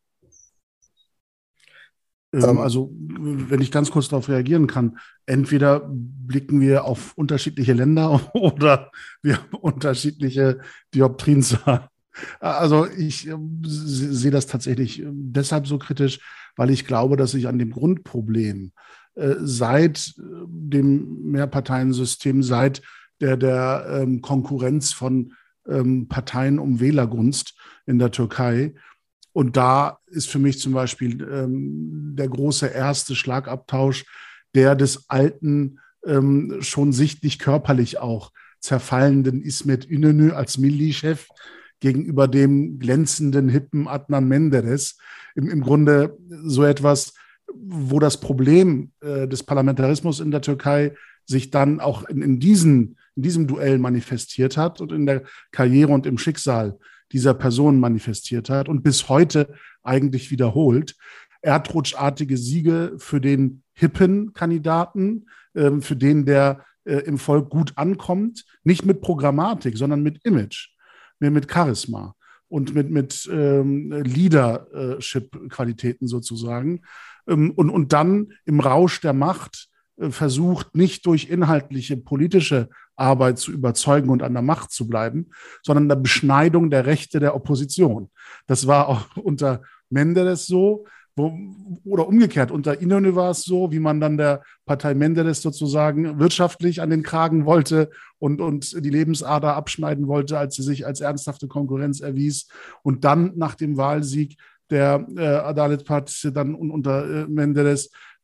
[SPEAKER 1] Also, wenn ich ganz kurz darauf reagieren kann, entweder blicken wir auf unterschiedliche Länder oder wir haben unterschiedliche Dioptrienzahlen. Also ich sehe das tatsächlich deshalb so kritisch, weil ich glaube, dass sich an dem Grundproblem seit dem Mehrparteiensystem, seit der Konkurrenz von Parteien um Wählergunst in der Türkei. Und da ist für mich zum Beispiel der große erste Schlagabtausch der des alten, schon sichtlich körperlich auch zerfallenden İsmet İnönü als Milli-Chef gegenüber dem glänzenden, hippen Adnan Menderes. Im Grunde so etwas, wo das Problem des Parlamentarismus in der Türkei sich dann auch in diesem Duell manifestiert hat und in der Karriere und im Schicksal dieser Person manifestiert hat und bis heute eigentlich wiederholt. Erdrutschartige Siege für den hippen Kandidaten, für den der im Volk gut ankommt, nicht mit Programmatik, sondern mit Image, mit Charisma und mit Leadership-Qualitäten sozusagen. Und dann im Rausch der Macht versucht, nicht durch inhaltliche politische Arbeit zu überzeugen und an der Macht zu bleiben, sondern der Beschneidung der Rechte der Opposition. Das war auch unter Menderes so, oder umgekehrt, unter İnönü war es so, wie man dann der Partei Menderes sozusagen wirtschaftlich an den Kragen wollte und die Lebensader abschneiden wollte, als sie sich als ernsthafte Konkurrenz erwies. Und dann nach dem Wahlsieg der Adalet Partisi dann unter Menderes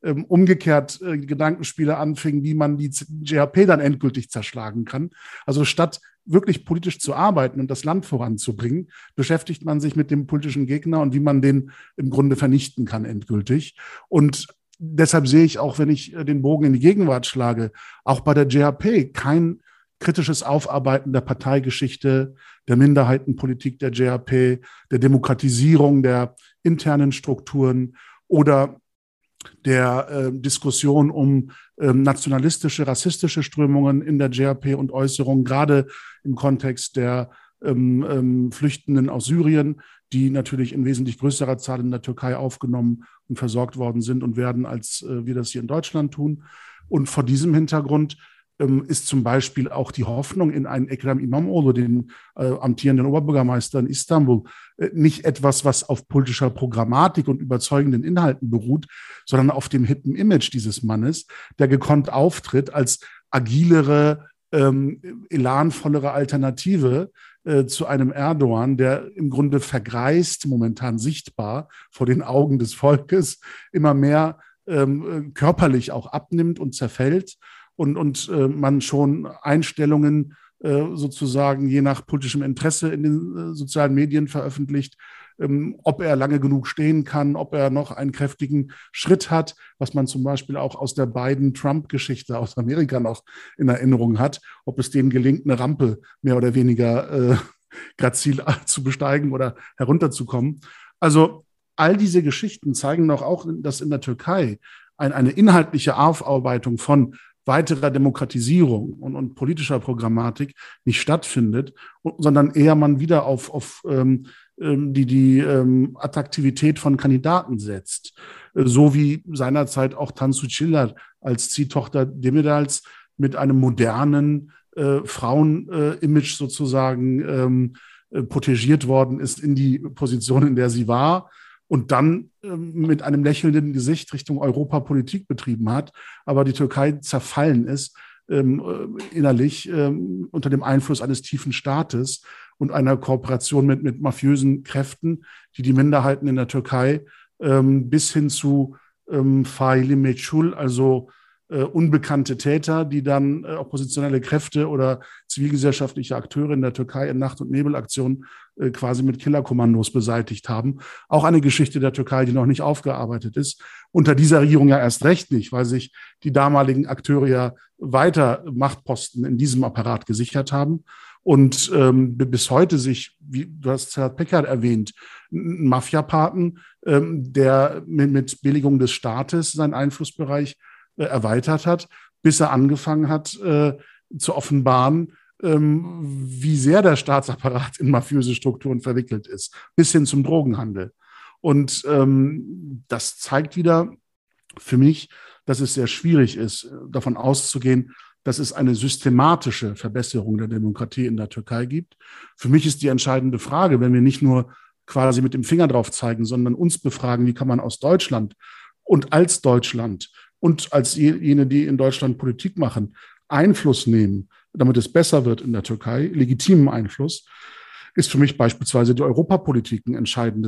[SPEAKER 1] umgekehrt Gedankenspiele anfingen, wie man die GHP dann endgültig zerschlagen kann. Also statt wirklich politisch zu arbeiten und das Land voranzubringen, beschäftigt man sich mit dem politischen Gegner und wie man den im Grunde vernichten kann endgültig. Und deshalb sehe ich auch, wenn ich den Bogen in die Gegenwart schlage, auch bei der GHP kein kritisches Aufarbeiten der Parteigeschichte, der Minderheitenpolitik der GHP, der Demokratisierung der internen Strukturen oder der Diskussion um nationalistische, rassistische Strömungen in der GHP und Äußerungen, gerade im Kontext der Flüchtenden aus Syrien, die natürlich in wesentlich größerer Zahl in der Türkei aufgenommen und versorgt worden sind und werden, als wir das hier in Deutschland tun. Und vor diesem Hintergrund ist zum Beispiel auch die Hoffnung in einen Ekrem İmamoğlu, den amtierenden Oberbürgermeister in Istanbul, nicht etwas, was auf politischer Programmatik und überzeugenden Inhalten beruht, sondern auf dem hippen Image dieses Mannes, der gekonnt auftritt als agilere, elanvollere Alternative zu einem Erdogan, der im Grunde vergreist, momentan sichtbar vor den Augen des Volkes, immer mehr körperlich auch abnimmt und zerfällt. Und man schon Einstellungen sozusagen je nach politischem Interesse in den sozialen Medien veröffentlicht, ob er lange genug stehen kann, ob er noch einen kräftigen Schritt hat, was man zum Beispiel auch aus der Biden-Trump-Geschichte aus Amerika noch in Erinnerung hat, ob es denen gelingt, eine Rampe mehr oder weniger grazil zu besteigen oder herunterzukommen. Also all diese Geschichten zeigen doch auch, dass in der Türkei eine inhaltliche Aufarbeitung von weiterer Demokratisierung und politischer Programmatik nicht stattfindet, sondern eher man wieder auf die Attraktivität von Kandidaten setzt. So wie seinerzeit auch Tansu Çiller als Ziehtochter Demirals mit einem modernen Frauen-Image sozusagen protegiert worden ist in die Position, in der sie war, und dann mit einem lächelnden Gesicht Richtung Europapolitik betrieben hat, aber die Türkei zerfallen ist innerlich unter dem Einfluss eines tiefen Staates und einer Kooperation mit mafiösen Kräften, die die Minderheiten in der Türkei bis hin zu Faili Meçhul, also unbekannte Täter, die dann oppositionelle Kräfte oder zivilgesellschaftliche Akteure in der Türkei in Nacht- und Nebelaktionen quasi mit Killerkommandos beseitigt haben. Auch eine Geschichte der Türkei, die noch nicht aufgearbeitet ist. Unter dieser Regierung ja erst recht nicht, weil sich die damaligen Akteure ja weiter Machtposten in diesem Apparat gesichert haben. Und bis heute sich, wie du hast Sedat Peker erwähnt, ein Mafiapaten, der mit Billigung des Staates seinen Einflussbereich erweitert hat, bis er angefangen hat zu offenbaren, wie sehr der Staatsapparat in mafiöse Strukturen verwickelt ist, bis hin zum Drogenhandel. Und das zeigt wieder für mich, dass es sehr schwierig ist, davon auszugehen, dass es eine systematische Verbesserung der Demokratie in der Türkei gibt. Für mich ist die entscheidende Frage, wenn wir nicht nur quasi mit dem Finger drauf zeigen, sondern uns befragen, wie kann man aus Deutschland und als Deutschland und als jene, die in Deutschland Politik machen, Einfluss nehmen, damit es besser wird in der Türkei, legitimen Einfluss, ist für mich beispielsweise die Europapolitik eine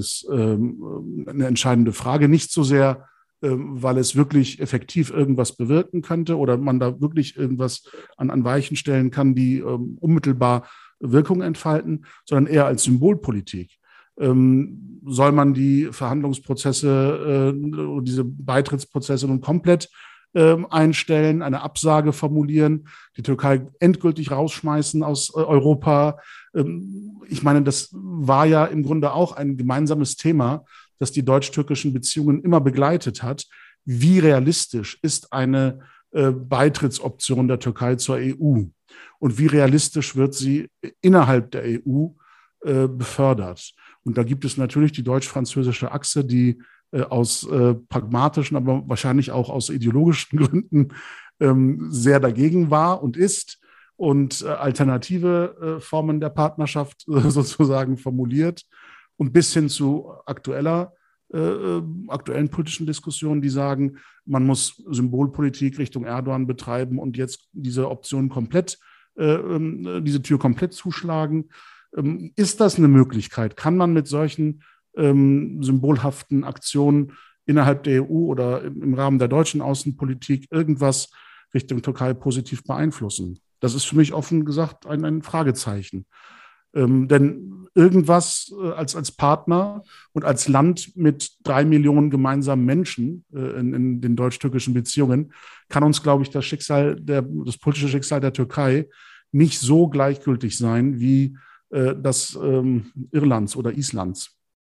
[SPEAKER 1] entscheidende Frage. Nicht so sehr, weil es wirklich effektiv irgendwas bewirken könnte oder man da wirklich irgendwas an Weichen stellen kann, die unmittelbar Wirkung entfalten, sondern eher als Symbolpolitik. Soll man die Verhandlungsprozesse, diese Beitrittsprozesse nun komplett einstellen, eine Absage formulieren, die Türkei endgültig rausschmeißen aus Europa? Ich meine, das war ja im Grunde auch ein gemeinsames Thema, das die deutsch-türkischen Beziehungen immer begleitet hat. Wie realistisch ist eine Beitrittsoption der Türkei zur EU? Und wie realistisch wird sie innerhalb der EU befördert? Und da gibt es natürlich die deutsch-französische Achse, die aus pragmatischen, aber wahrscheinlich auch aus ideologischen Gründen sehr dagegen war und ist und alternative Formen der Partnerschaft sozusagen formuliert und bis hin zu aktuellen politischen Diskussionen, die sagen, man muss Symbolpolitik Richtung Erdogan betreiben und jetzt diese Option komplett, diese Tür komplett zuschlagen. Ist das eine Möglichkeit? Kann man mit solchen symbolhaften Aktionen innerhalb der EU oder im Rahmen der deutschen Außenpolitik irgendwas Richtung Türkei positiv beeinflussen? Das ist für mich offen gesagt ein Fragezeichen. Denn irgendwas als Partner und als Land mit 3 Millionen gemeinsamen Menschen in den deutsch-türkischen Beziehungen kann uns, glaube ich, das politische Schicksal der Türkei nicht so gleichgültig sein wie das Irlands oder Islands.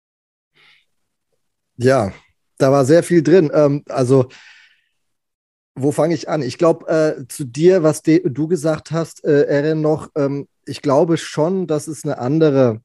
[SPEAKER 4] Ja, da war sehr viel drin. Also, wo fange ich an? Ich glaube, zu dir, was du gesagt hast, Erin, noch, ich glaube schon, dass es eine andere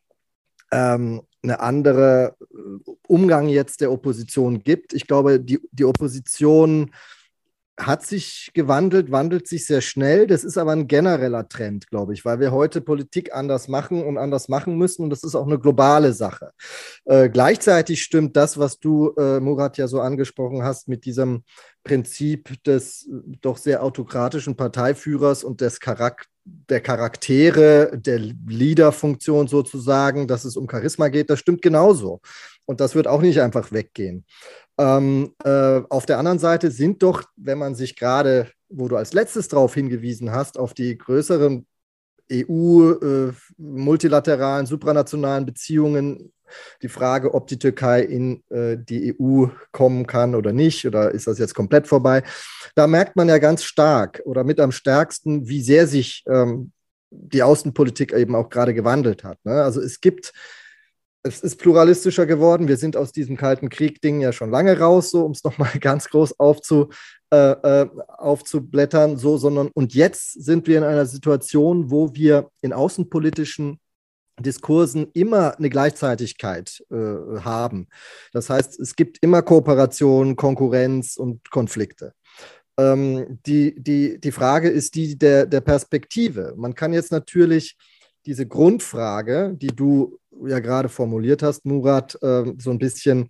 [SPEAKER 4] Umgang jetzt der Opposition gibt. Ich glaube, die Opposition hat sich gewandelt, wandelt sich sehr schnell. Das ist aber ein genereller Trend, glaube ich, weil wir heute Politik anders machen und anders machen müssen. Und das ist auch eine globale Sache. Gleichzeitig stimmt das, was du, Murat, ja so angesprochen hast, mit diesem Prinzip des doch sehr autokratischen Parteiführers und der Charaktere, der Leaderfunktion sozusagen, dass es um Charisma geht. Das stimmt genauso. Und das wird auch nicht einfach weggehen. Auf der anderen Seite sind doch, wenn man sich gerade, wo du als letztes darauf hingewiesen hast, auf die größeren EU-multilateralen, supranationalen Beziehungen, die Frage, ob die Türkei in die EU kommen kann oder nicht, oder ist das jetzt komplett vorbei, da merkt man ja ganz stark oder mit am stärksten, wie sehr sich die Außenpolitik eben auch gerade gewandelt hat. Ne? Also es ist pluralistischer geworden. Wir sind aus diesem Kalten Krieg-Ding ja schon lange raus, so um es nochmal ganz groß aufzublättern. Und jetzt sind wir in einer Situation, wo wir in außenpolitischen Diskursen immer eine Gleichzeitigkeit haben. Das heißt, es gibt immer Kooperation, Konkurrenz und Konflikte. Die Frage ist die der Perspektive. Man kann jetzt natürlich diese Grundfrage, die du ja gerade formuliert hast, Murat, so ein bisschen,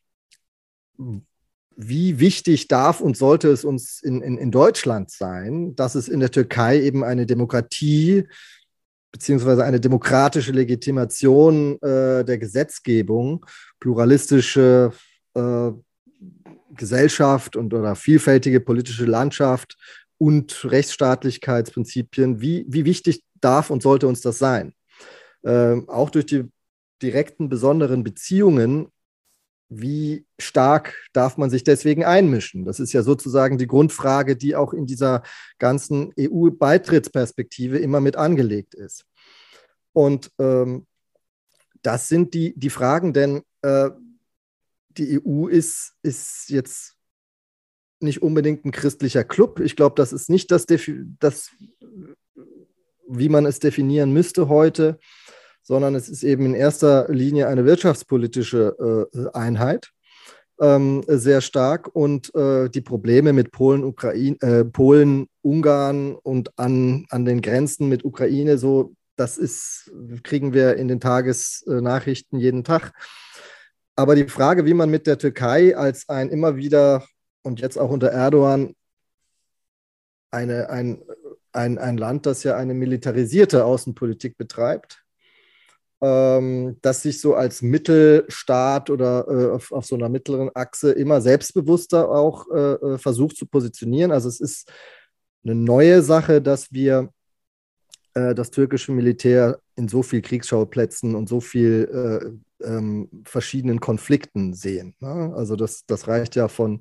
[SPEAKER 4] wie wichtig darf und sollte es uns in Deutschland sein, dass es in der Türkei eben eine Demokratie beziehungsweise eine demokratische Legitimation der Gesetzgebung, pluralistische Gesellschaft oder vielfältige politische Landschaft und Rechtsstaatlichkeitsprinzipien, wie wichtig darf und sollte uns das sein? Auch durch die direkten, besonderen Beziehungen, wie stark darf man sich deswegen einmischen? Das ist ja sozusagen die Grundfrage, die auch in dieser ganzen EU-Beitrittsperspektive immer mit angelegt ist. Und das sind die Fragen, denn die EU ist jetzt nicht unbedingt ein christlicher Club. Ich glaube, das ist nicht das, wie man es definieren müsste heute, sondern es ist eben in erster Linie eine wirtschaftspolitische Einheit, sehr stark. Und die Probleme mit Polen, Ungarn und an den Grenzen mit Ukraine, so, kriegen wir in den Tagesnachrichten jeden Tag. Aber die Frage, wie man mit der Türkei als ein immer wieder und jetzt auch unter Erdogan ein Land, das ja eine militarisierte Außenpolitik betreibt, das sich so als Mittelstaat oder auf so einer mittleren Achse immer selbstbewusster auch versucht zu positionieren. Also es ist eine neue Sache, dass wir das türkische Militär in so vielen Kriegsschauplätzen und so viel verschiedenen Konflikten sehen. Ne? Also das reicht ja von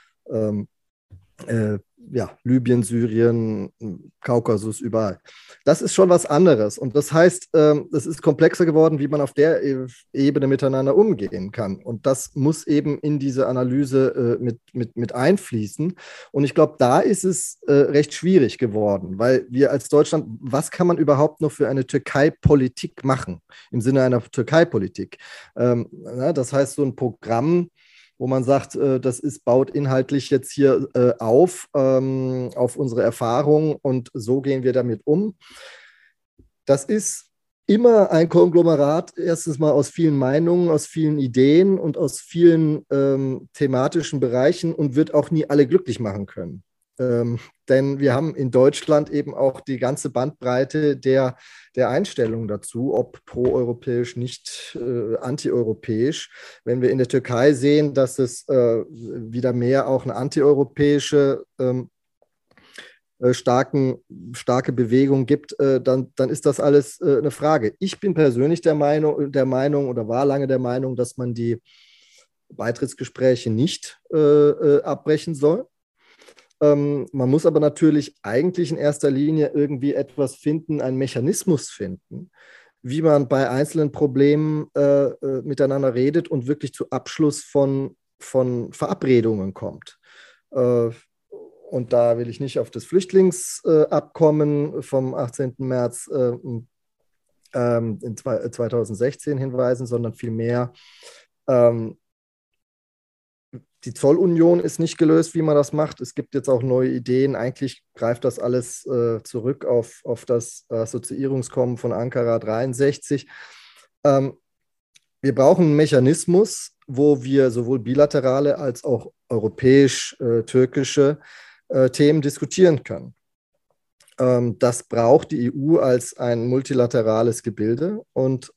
[SPEAKER 4] Libyen, Syrien, Kaukasus, überall. Das ist schon was anderes. Und das heißt, es ist komplexer geworden, wie man auf der Ebene miteinander umgehen kann. Und das muss eben in diese Analyse mit einfließen. Und ich glaube, da ist es recht schwierig geworden, weil wir als Deutschland, was kann man überhaupt noch für eine Türkei-Politik machen, im Sinne einer Türkei-Politik? Das heißt, so ein Programm, wo man sagt, baut inhaltlich jetzt hier auf unsere Erfahrung und so gehen wir damit um. Das ist immer ein Konglomerat, erstens mal aus vielen Meinungen, aus vielen Ideen und aus vielen thematischen Bereichen und wird auch nie alle glücklich machen können. Denn wir haben in Deutschland eben auch die ganze Bandbreite der Einstellungen dazu, ob proeuropäisch, nicht antieuropäisch. Wenn wir in der Türkei sehen, dass es wieder mehr auch eine antieuropäische starke Bewegung gibt, dann ist das alles eine Frage. Ich bin persönlich der Meinung oder war lange der Meinung, dass man die Beitrittsgespräche nicht abbrechen soll. Man muss aber natürlich eigentlich in erster Linie irgendwie etwas finden, einen Mechanismus finden, wie man bei einzelnen Problemen miteinander redet und wirklich zu Abschluss von Verabredungen kommt. Und da will ich nicht auf das Flüchtlingsabkommen vom 18. März in 2016 hinweisen, sondern vielmehr die Zollunion ist nicht gelöst, wie man das macht. Es gibt jetzt auch neue Ideen. Eigentlich greift das alles zurück auf das Assoziierungskommen von Ankara 63. Wir brauchen einen Mechanismus, wo wir sowohl bilaterale als auch europäisch-türkische Themen diskutieren können. Das braucht die EU als ein multilaterales Gebilde und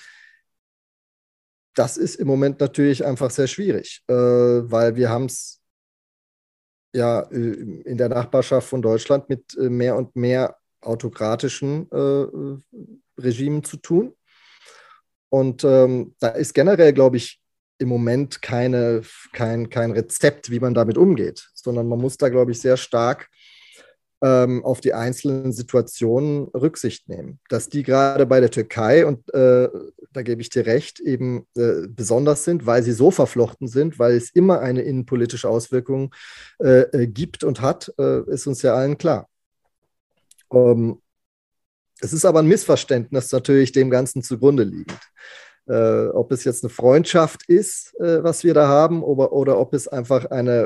[SPEAKER 4] das ist im Moment natürlich einfach sehr schwierig, weil wir haben es ja in der Nachbarschaft von Deutschland mit mehr und mehr autokratischen Regimen zu tun. Und da ist generell, glaube ich, im Moment kein Rezept, wie man damit umgeht, sondern man muss da, glaube ich, sehr stark auf die einzelnen Situationen Rücksicht nehmen. Dass die gerade bei der Türkei, und da gebe ich dir recht, eben besonders sind, weil sie so verflochten sind, weil es immer eine innenpolitische Auswirkung gibt und hat, ist uns ja allen klar. Es ist aber ein Missverständnis natürlich dem Ganzen zugrunde liegend. Ob es jetzt eine Freundschaft ist, was wir da haben, oder ob es einfach eine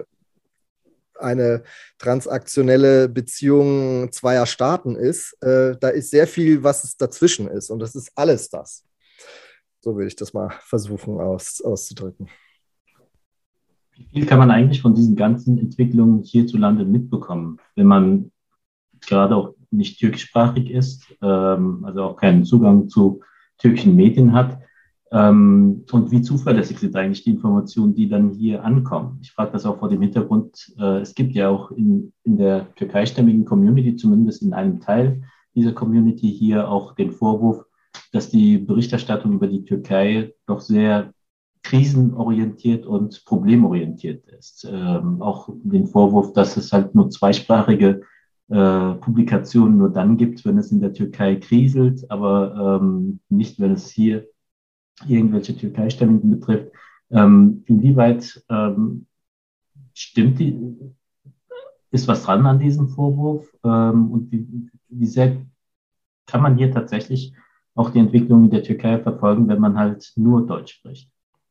[SPEAKER 4] transaktionelle Beziehung zweier Staaten ist, da ist sehr viel, was es dazwischen ist. Und das ist alles das. So würde ich das mal versuchen auszudrücken.
[SPEAKER 2] Wie viel kann man eigentlich von diesen ganzen Entwicklungen hierzulande mitbekommen, wenn man gerade auch nicht türkischsprachig ist, also auch keinen Zugang zu türkischen Medien hat? Und wie zuverlässig sind eigentlich die Informationen, die dann hier ankommen? Ich frage das auch vor dem Hintergrund, es gibt ja auch in der türkeistämmigen Community, zumindest in einem Teil dieser Community hier, auch den Vorwurf, dass die Berichterstattung über die Türkei doch sehr krisenorientiert und problemorientiert ist. Auch den Vorwurf, dass es halt nur zweisprachige Publikationen nur dann gibt, wenn es in der Türkei kriselt, aber nicht, wenn es hier irgendwelche Türkeistämmigen betrifft. Inwieweit ist was dran an diesem Vorwurf? Und wie sehr kann man hier tatsächlich auch die Entwicklung in der Türkei verfolgen, wenn man halt nur Deutsch spricht?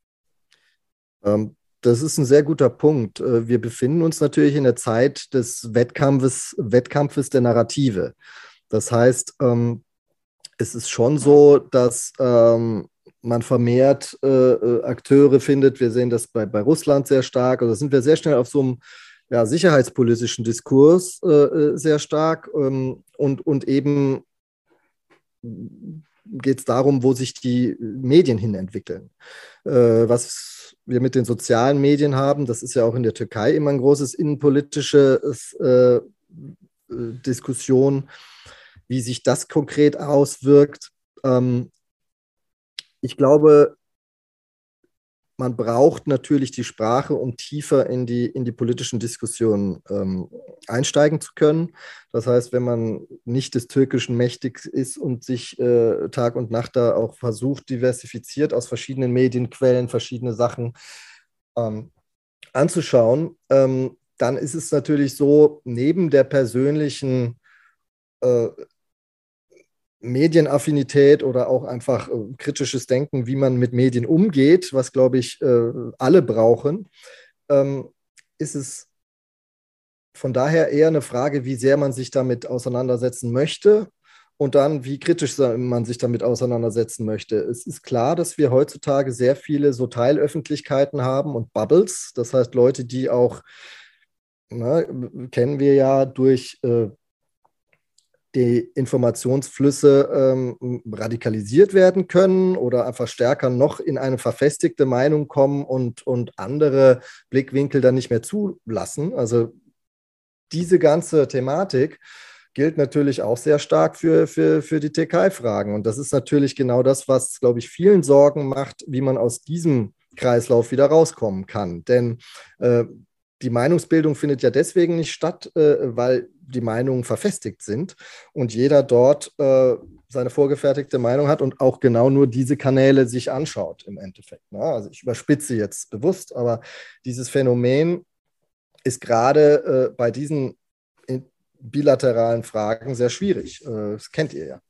[SPEAKER 4] Das ist ein sehr guter Punkt. Wir befinden uns natürlich in der Zeit des Wettkampfes der Narrative. Das heißt, es ist schon so, dass man vermehrt Akteure findet. Wir sehen das bei Russland sehr stark. Also sind wir sehr schnell auf so einem sicherheitspolitischen Diskurs sehr stark. Und eben geht es darum, wo sich die Medien hin entwickeln. Was wir mit den sozialen Medien haben, das ist ja auch in der Türkei immer ein großes innenpolitisches Diskussion, wie sich das konkret auswirkt. Ich glaube, man braucht natürlich die Sprache, um tiefer in die politischen Diskussionen einsteigen zu können. Das heißt, wenn man nicht des Türkischen mächtig ist und sich Tag und Nacht da auch versucht, diversifiziert aus verschiedenen Medienquellen verschiedene Sachen anzuschauen, dann ist es natürlich so, neben der persönlichen Medienaffinität oder auch einfach kritisches Denken, wie man mit Medien umgeht, was, glaube ich, alle brauchen, ist es von daher eher eine Frage, wie sehr man sich damit auseinandersetzen möchte und dann, wie kritisch man sich damit auseinandersetzen möchte. Es ist klar, dass wir heutzutage sehr viele so Teilöffentlichkeiten haben und Bubbles, das heißt Leute, die auch kennen wir ja durch die Informationsflüsse radikalisiert werden können oder einfach stärker noch in eine verfestigte Meinung kommen und andere Blickwinkel dann nicht mehr zulassen. Also diese ganze Thematik gilt natürlich auch sehr stark für die Türkei-Fragen. Und das ist natürlich genau das, was, glaube ich, vielen Sorgen macht, wie man aus diesem Kreislauf wieder rauskommen kann. Denn die Meinungsbildung findet ja deswegen nicht statt, weil die Meinungen verfestigt sind und jeder dort seine vorgefertigte Meinung hat und auch genau nur diese Kanäle sich anschaut im Endeffekt. Ne? Also ich überspitze jetzt bewusst, aber dieses Phänomen ist gerade bei diesen bilateralen Fragen sehr schwierig. Das kennt ihr ja.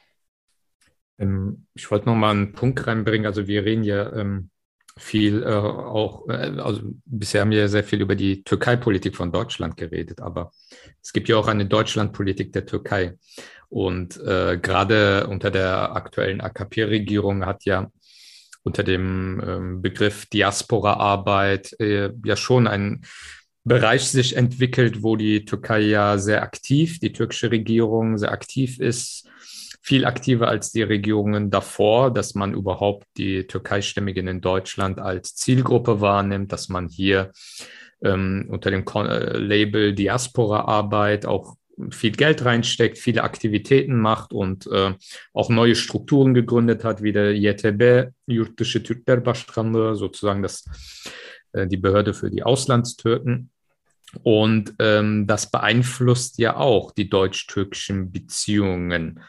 [SPEAKER 3] Ich wollte noch mal einen Punkt reinbringen. Also wir reden ja viel also bisher haben wir ja sehr viel über die Türkei-Politik von Deutschland geredet, aber es gibt ja auch eine Deutschland-Politik der Türkei. Und gerade unter der aktuellen AKP-Regierung hat ja unter dem Begriff Diaspora-Arbeit ja schon ein Bereich sich entwickelt, wo die Türkei ja sehr aktiv, die türkische Regierung sehr aktiv ist, viel aktiver als die Regierungen davor, dass man überhaupt die Türkeistämmigen in Deutschland als Zielgruppe wahrnimmt, dass man hier unter dem Label Diaspora-Arbeit auch viel Geld reinsteckt, viele Aktivitäten macht und auch neue Strukturen gegründet hat, wie der YTB, Yurtdışı Türkler Başkanlığı, sozusagen die Behörde für die Auslandstürken. Und das beeinflusst ja auch die deutsch-türkischen Beziehungen.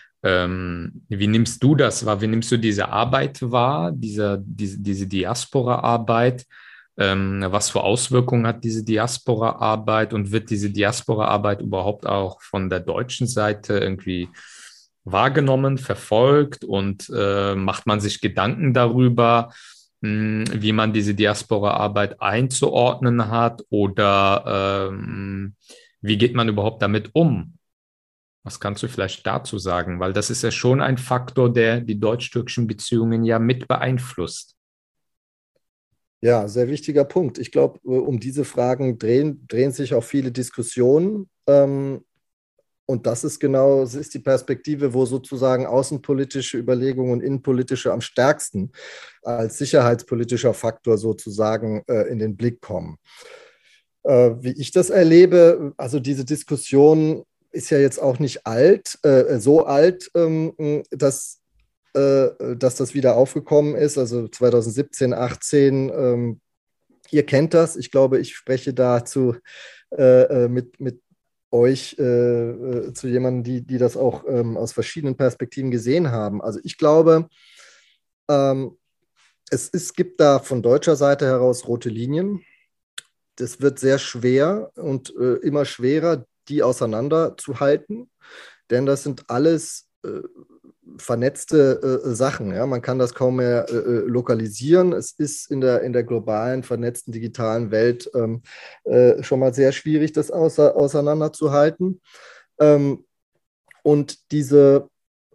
[SPEAKER 3] Wie nimmst du das wahr? Wie nimmst du diese Arbeit wahr, diese Diaspora-Arbeit? Was für Auswirkungen hat diese Diaspora-Arbeit und wird diese Diaspora-Arbeit überhaupt auch von der deutschen Seite irgendwie wahrgenommen, verfolgt und macht man sich Gedanken darüber, wie man diese Diaspora-Arbeit einzuordnen hat oder wie geht man überhaupt damit um? Was kannst du vielleicht dazu sagen? Weil das ist ja schon ein Faktor, der die deutsch-türkischen Beziehungen ja mit beeinflusst.
[SPEAKER 4] Ja, sehr wichtiger Punkt. Ich glaube, um diese Fragen drehen sich auch viele Diskussionen. Und das ist die Perspektive, wo sozusagen außenpolitische Überlegungen und innenpolitische am stärksten als sicherheitspolitischer Faktor sozusagen in den Blick kommen. Wie ich das erlebe, also diese Diskussion ist ja jetzt auch nicht so alt, dass das wieder aufgekommen ist, also 2017, 2018. Ihr kennt das. Ich glaube, ich spreche dazu mit euch zu jemandem, die das auch aus verschiedenen Perspektiven gesehen haben. Also ich glaube, es gibt da von deutscher Seite heraus rote Linien. Das wird sehr schwer und immer schwerer, die auseinanderzuhalten, denn das sind alles vernetzte Sachen. Ja? Man kann das kaum mehr lokalisieren. Es ist in der globalen, vernetzten, digitalen Welt schon mal sehr schwierig, das auseinanderzuhalten. Und diese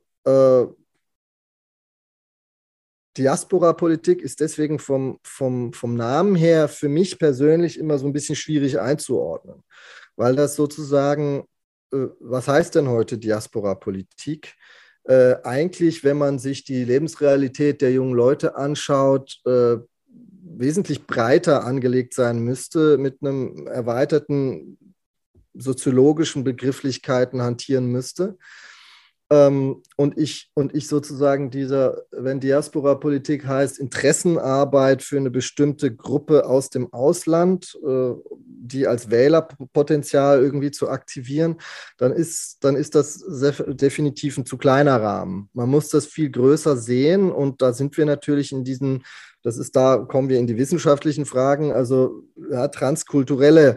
[SPEAKER 4] Diaspora-Politik ist deswegen vom Namen her für mich persönlich immer so ein bisschen schwierig einzuordnen, weil das sozusagen, was heißt denn heute Diaspora-Politik? Eigentlich, wenn man sich die Lebensrealität der jungen Leute anschaut, wesentlich breiter angelegt sein müsste, mit einem erweiterten soziologischen Begrifflichkeiten hantieren müsste. Und ich sozusagen wenn Diaspora-Politik heißt Interessenarbeit für eine bestimmte Gruppe aus dem Ausland, die als Wählerpotenzial irgendwie zu aktivieren, dann ist das definitiv ein zu kleiner Rahmen. Man muss das viel größer sehen und da sind wir natürlich da kommen wir in die wissenschaftlichen Fragen, also ja, transkulturelle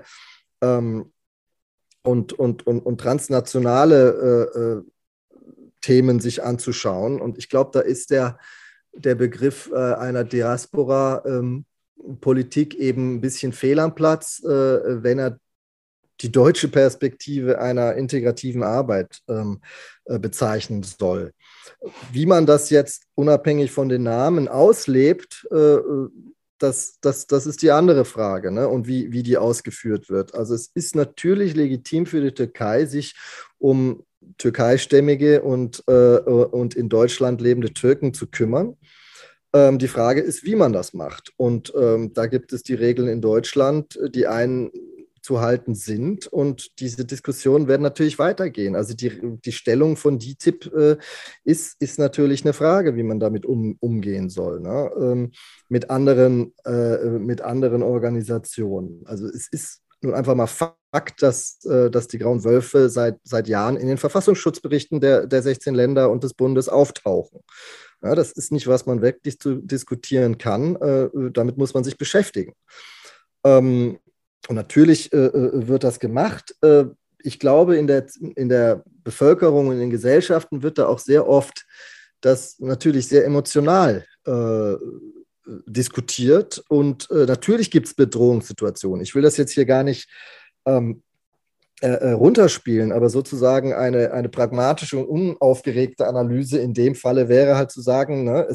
[SPEAKER 4] und transnationale Themen sich anzuschauen. Und ich glaube, da ist der Begriff einer Diaspora-Politik eben ein bisschen fehl am Platz, wenn er die deutsche Perspektive einer integrativen Arbeit bezeichnen soll. Wie man das jetzt unabhängig von den Namen auslebt, das ist die andere Frage, ne? Und wie die ausgeführt wird. Also es ist natürlich legitim für die Türkei, sich um türkeistämmige und in Deutschland lebende Türken zu kümmern. Die Frage ist, wie man das macht. Und da gibt es die Regeln in Deutschland, die einzuhalten sind. Und diese Diskussionen werden natürlich weitergehen. Also die Stellung von DİTİB ist natürlich eine Frage, wie man damit umgehen soll, ne? Mit anderen Organisationen. Also es ist nun einfach mal Fakt, dass die Grauen Wölfe seit Jahren in den Verfassungsschutzberichten der 16 Länder und des Bundes auftauchen. Ja, das ist nicht, was man wirklich diskutieren kann. Damit muss man sich beschäftigen. Und natürlich wird das gemacht. Ich glaube, in der Bevölkerung und in den Gesellschaften wird da auch sehr oft das natürlich sehr emotional diskutiert. Und natürlich gibt es Bedrohungssituationen. Ich will das jetzt hier gar nicht runterspielen, aber sozusagen eine pragmatische und unaufgeregte Analyse in dem Falle wäre halt zu sagen, ne,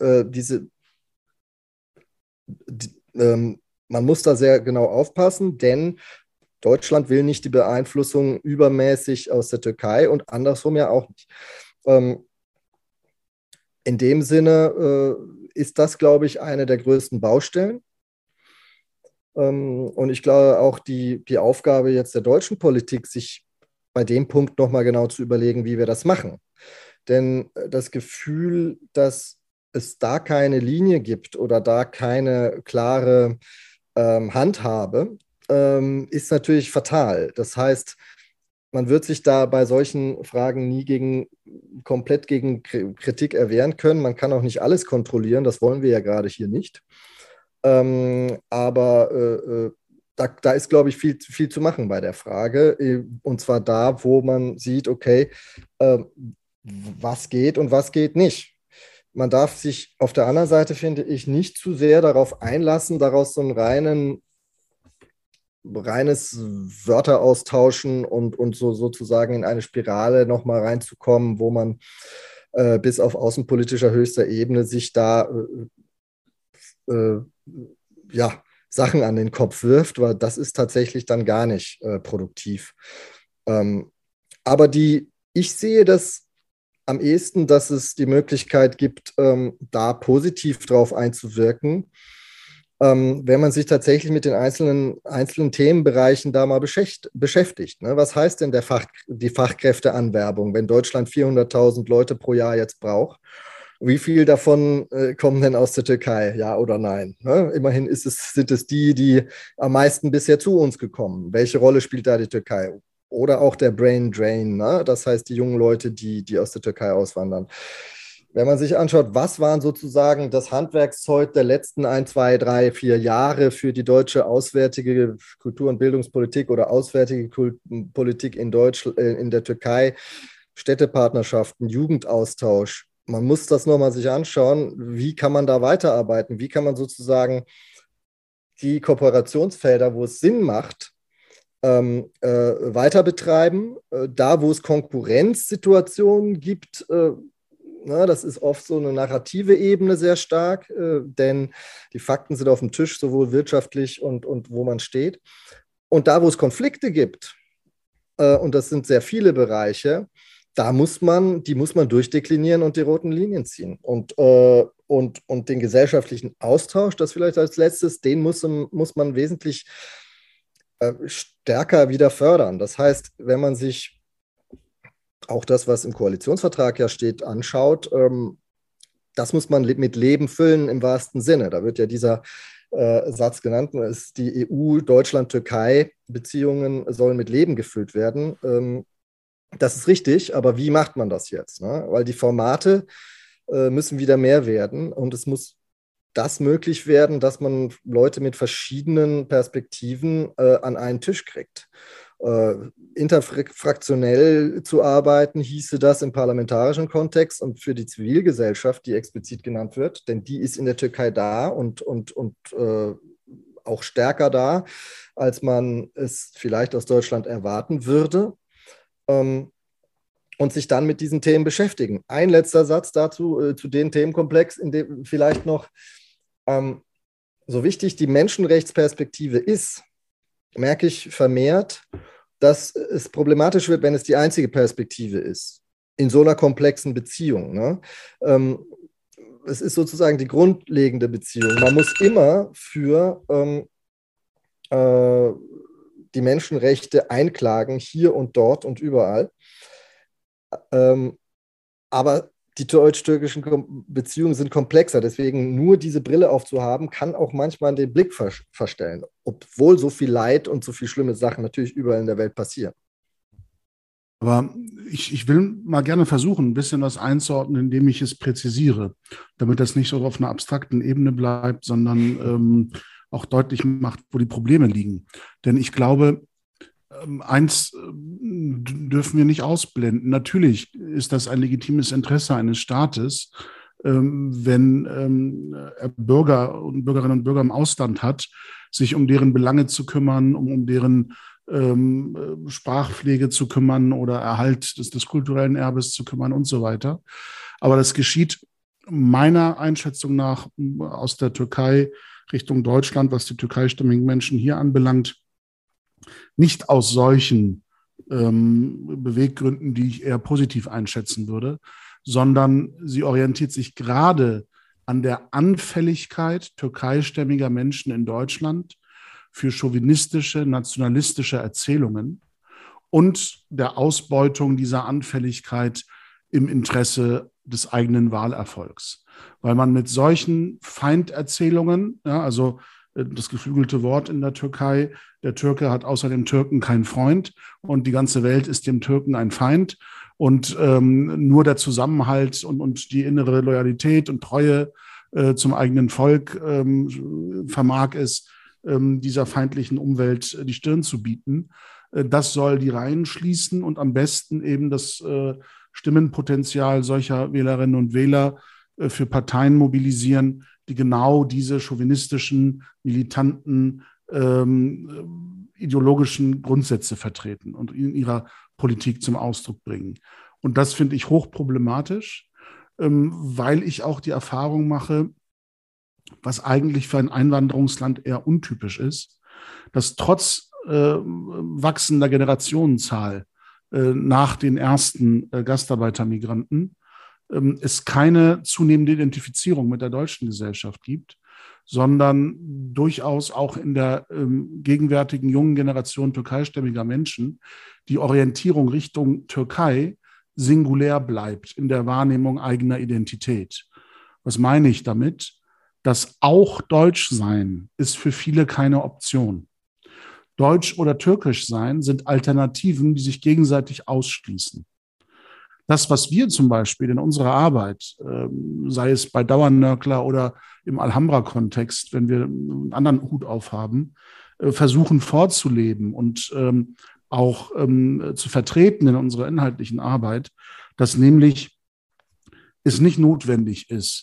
[SPEAKER 4] man muss da sehr genau aufpassen, denn Deutschland will nicht die Beeinflussung übermäßig aus der Türkei und andersrum ja auch nicht. In dem Sinne ist das, glaube ich, eine der größten Baustellen. Und ich glaube auch die Aufgabe jetzt der deutschen Politik, sich bei dem Punkt nochmal genau zu überlegen, wie wir das machen. Denn das Gefühl, dass es da keine Linie gibt oder da keine klare Handhabe, ist natürlich fatal. Das heißt, man wird sich da bei solchen Fragen nie komplett gegen Kritik erwehren können. Man kann auch nicht alles kontrollieren, das wollen wir ja gerade hier nicht. Aber da ist, glaube ich, viel zu machen bei der Frage. Und zwar da, wo man sieht, okay, was geht und was geht nicht. Man darf sich auf der anderen Seite, finde ich, nicht zu sehr darauf einlassen, daraus so ein reines Wörter austauschen und so sozusagen in eine Spirale nochmal reinzukommen, wo man bis auf außenpolitischer höchster Ebene sich da Sachen an den Kopf wirft, weil das ist tatsächlich dann gar nicht produktiv. Aber ich sehe das am ehesten, dass es die Möglichkeit gibt, da positiv drauf einzuwirken, wenn man sich tatsächlich mit den einzelnen Themenbereichen da mal beschäftigt. Ne? Was heißt denn die Fachkräfteanwerbung, wenn Deutschland 400.000 Leute pro Jahr jetzt braucht? Wie viel davon kommen denn aus der Türkei, ja oder nein? Ne? Immerhin sind es die am meisten bisher zu uns gekommen. Welche Rolle spielt da die Türkei? Oder auch der Brain Drain, ne? Das heißt die jungen Leute, die aus der Türkei auswandern. Wenn man sich anschaut, was waren sozusagen das Handwerkszeug der letzten 1, 2, 3, 4 Jahre für die deutsche auswärtige Kultur- und Bildungspolitik oder auswärtige Politik in der Türkei, Städtepartnerschaften, Jugendaustausch. Man muss das nochmal sich anschauen, wie kann man da weiterarbeiten, wie kann man sozusagen die Kooperationsfelder, wo es Sinn macht, weiter betreiben. Da, wo es Konkurrenzsituationen gibt, das ist oft so eine narrative Ebene sehr stark, denn die Fakten sind auf dem Tisch, sowohl wirtschaftlich und wo man steht. Und da, wo es Konflikte gibt, und das sind sehr viele Bereiche, die muss man durchdeklinieren und die roten Linien ziehen. Und den gesellschaftlichen Austausch, das vielleicht als letztes, den muss man wesentlich stärker wieder fördern. Das heißt, wenn man sich auch das, was im Koalitionsvertrag ja steht, anschaut, das muss man mit Leben füllen im wahrsten Sinne. Da wird ja dieser Satz genannt, ist die EU-Deutschland-Türkei-Beziehungen sollen mit Leben gefüllt werden. Das ist richtig, aber wie macht man das jetzt? Ne? Weil die Formate müssen wieder mehr werden und es muss das möglich werden, dass man Leute mit verschiedenen Perspektiven an einen Tisch kriegt. Interfraktionell zu arbeiten, hieße das im parlamentarischen Kontext und für die Zivilgesellschaft, die explizit genannt wird, denn die ist in der Türkei da und auch stärker da, als man es vielleicht aus Deutschland erwarten würde. Und sich dann mit diesen Themen beschäftigen. Ein letzter Satz dazu, zu dem Themenkomplex, in dem vielleicht noch so wichtig die Menschenrechtsperspektive ist, merke ich vermehrt, dass es problematisch wird, wenn es die einzige Perspektive ist, in so einer komplexen Beziehung. Ne? Es ist sozusagen die grundlegende Beziehung. Man muss immer für die Menschenrechte einklagen, hier und dort und überall. Aber die deutsch-türkischen Beziehungen sind komplexer. Deswegen nur diese Brille aufzuhaben, kann auch manchmal den Blick verstellen, obwohl so viel Leid und so viele schlimme Sachen natürlich überall in der Welt passieren.
[SPEAKER 1] Aber ich will mal gerne versuchen, ein bisschen was einzuordnen, indem ich es präzisiere, damit das nicht so auf einer abstrakten Ebene bleibt, sondern auch deutlich macht, wo die Probleme liegen. Denn ich glaube, eins dürfen wir nicht ausblenden. Natürlich ist das ein legitimes Interesse eines Staates, wenn er Bürger und Bürgerinnen und Bürger im Ausland hat, sich um deren Belange zu kümmern, um deren Sprachpflege zu kümmern oder Erhalt des kulturellen Erbes zu kümmern und so weiter. Aber das geschieht meiner Einschätzung nach aus der Türkei Richtung Deutschland, was die türkeistämmigen Menschen hier anbelangt, nicht aus solchen Beweggründen, die ich eher positiv einschätzen würde, sondern sie orientiert sich gerade an der Anfälligkeit türkeistämmiger Menschen in Deutschland für chauvinistische, nationalistische Erzählungen und der Ausbeutung dieser Anfälligkeit im Interesse des eigenen Wahlerfolgs. Weil man mit solchen Feinderzählungen, ja, also das geflügelte Wort in der Türkei, der Türke hat außer dem Türken keinen Freund und die ganze Welt ist dem Türken ein Feind und nur der Zusammenhalt und die innere Loyalität und Treue zum eigenen Volk vermag es, dieser feindlichen Umwelt die Stirn zu bieten. Das soll die Reihen schließen und am besten eben das Stimmenpotenzial solcher Wählerinnen und Wähler für Parteien mobilisieren, die genau diese chauvinistischen, militanten, ideologischen Grundsätze vertreten und in ihrer Politik zum Ausdruck bringen. Und das finde ich hochproblematisch, weil ich auch die Erfahrung mache, was eigentlich für ein Einwanderungsland eher untypisch ist, dass trotz wachsender Generationenzahl nach den ersten Gastarbeitermigranten es keine zunehmende Identifizierung mit der deutschen Gesellschaft gibt, sondern durchaus auch in der gegenwärtigen jungen Generation türkeistämmiger Menschen die Orientierung Richtung Türkei singulär bleibt in der Wahrnehmung eigener Identität. Was meine ich damit? Das auch Deutsch sein ist für viele keine Option. Deutsch oder Türkisch sein sind Alternativen, die sich gegenseitig ausschließen. Das, was wir zum Beispiel in unserer Arbeit, sei es bei Dauernörkler oder im Alhambra-Kontext, wenn wir einen anderen Hut aufhaben, versuchen vorzuleben und auch zu vertreten in unserer inhaltlichen Arbeit, dass nämlich es nicht notwendig ist,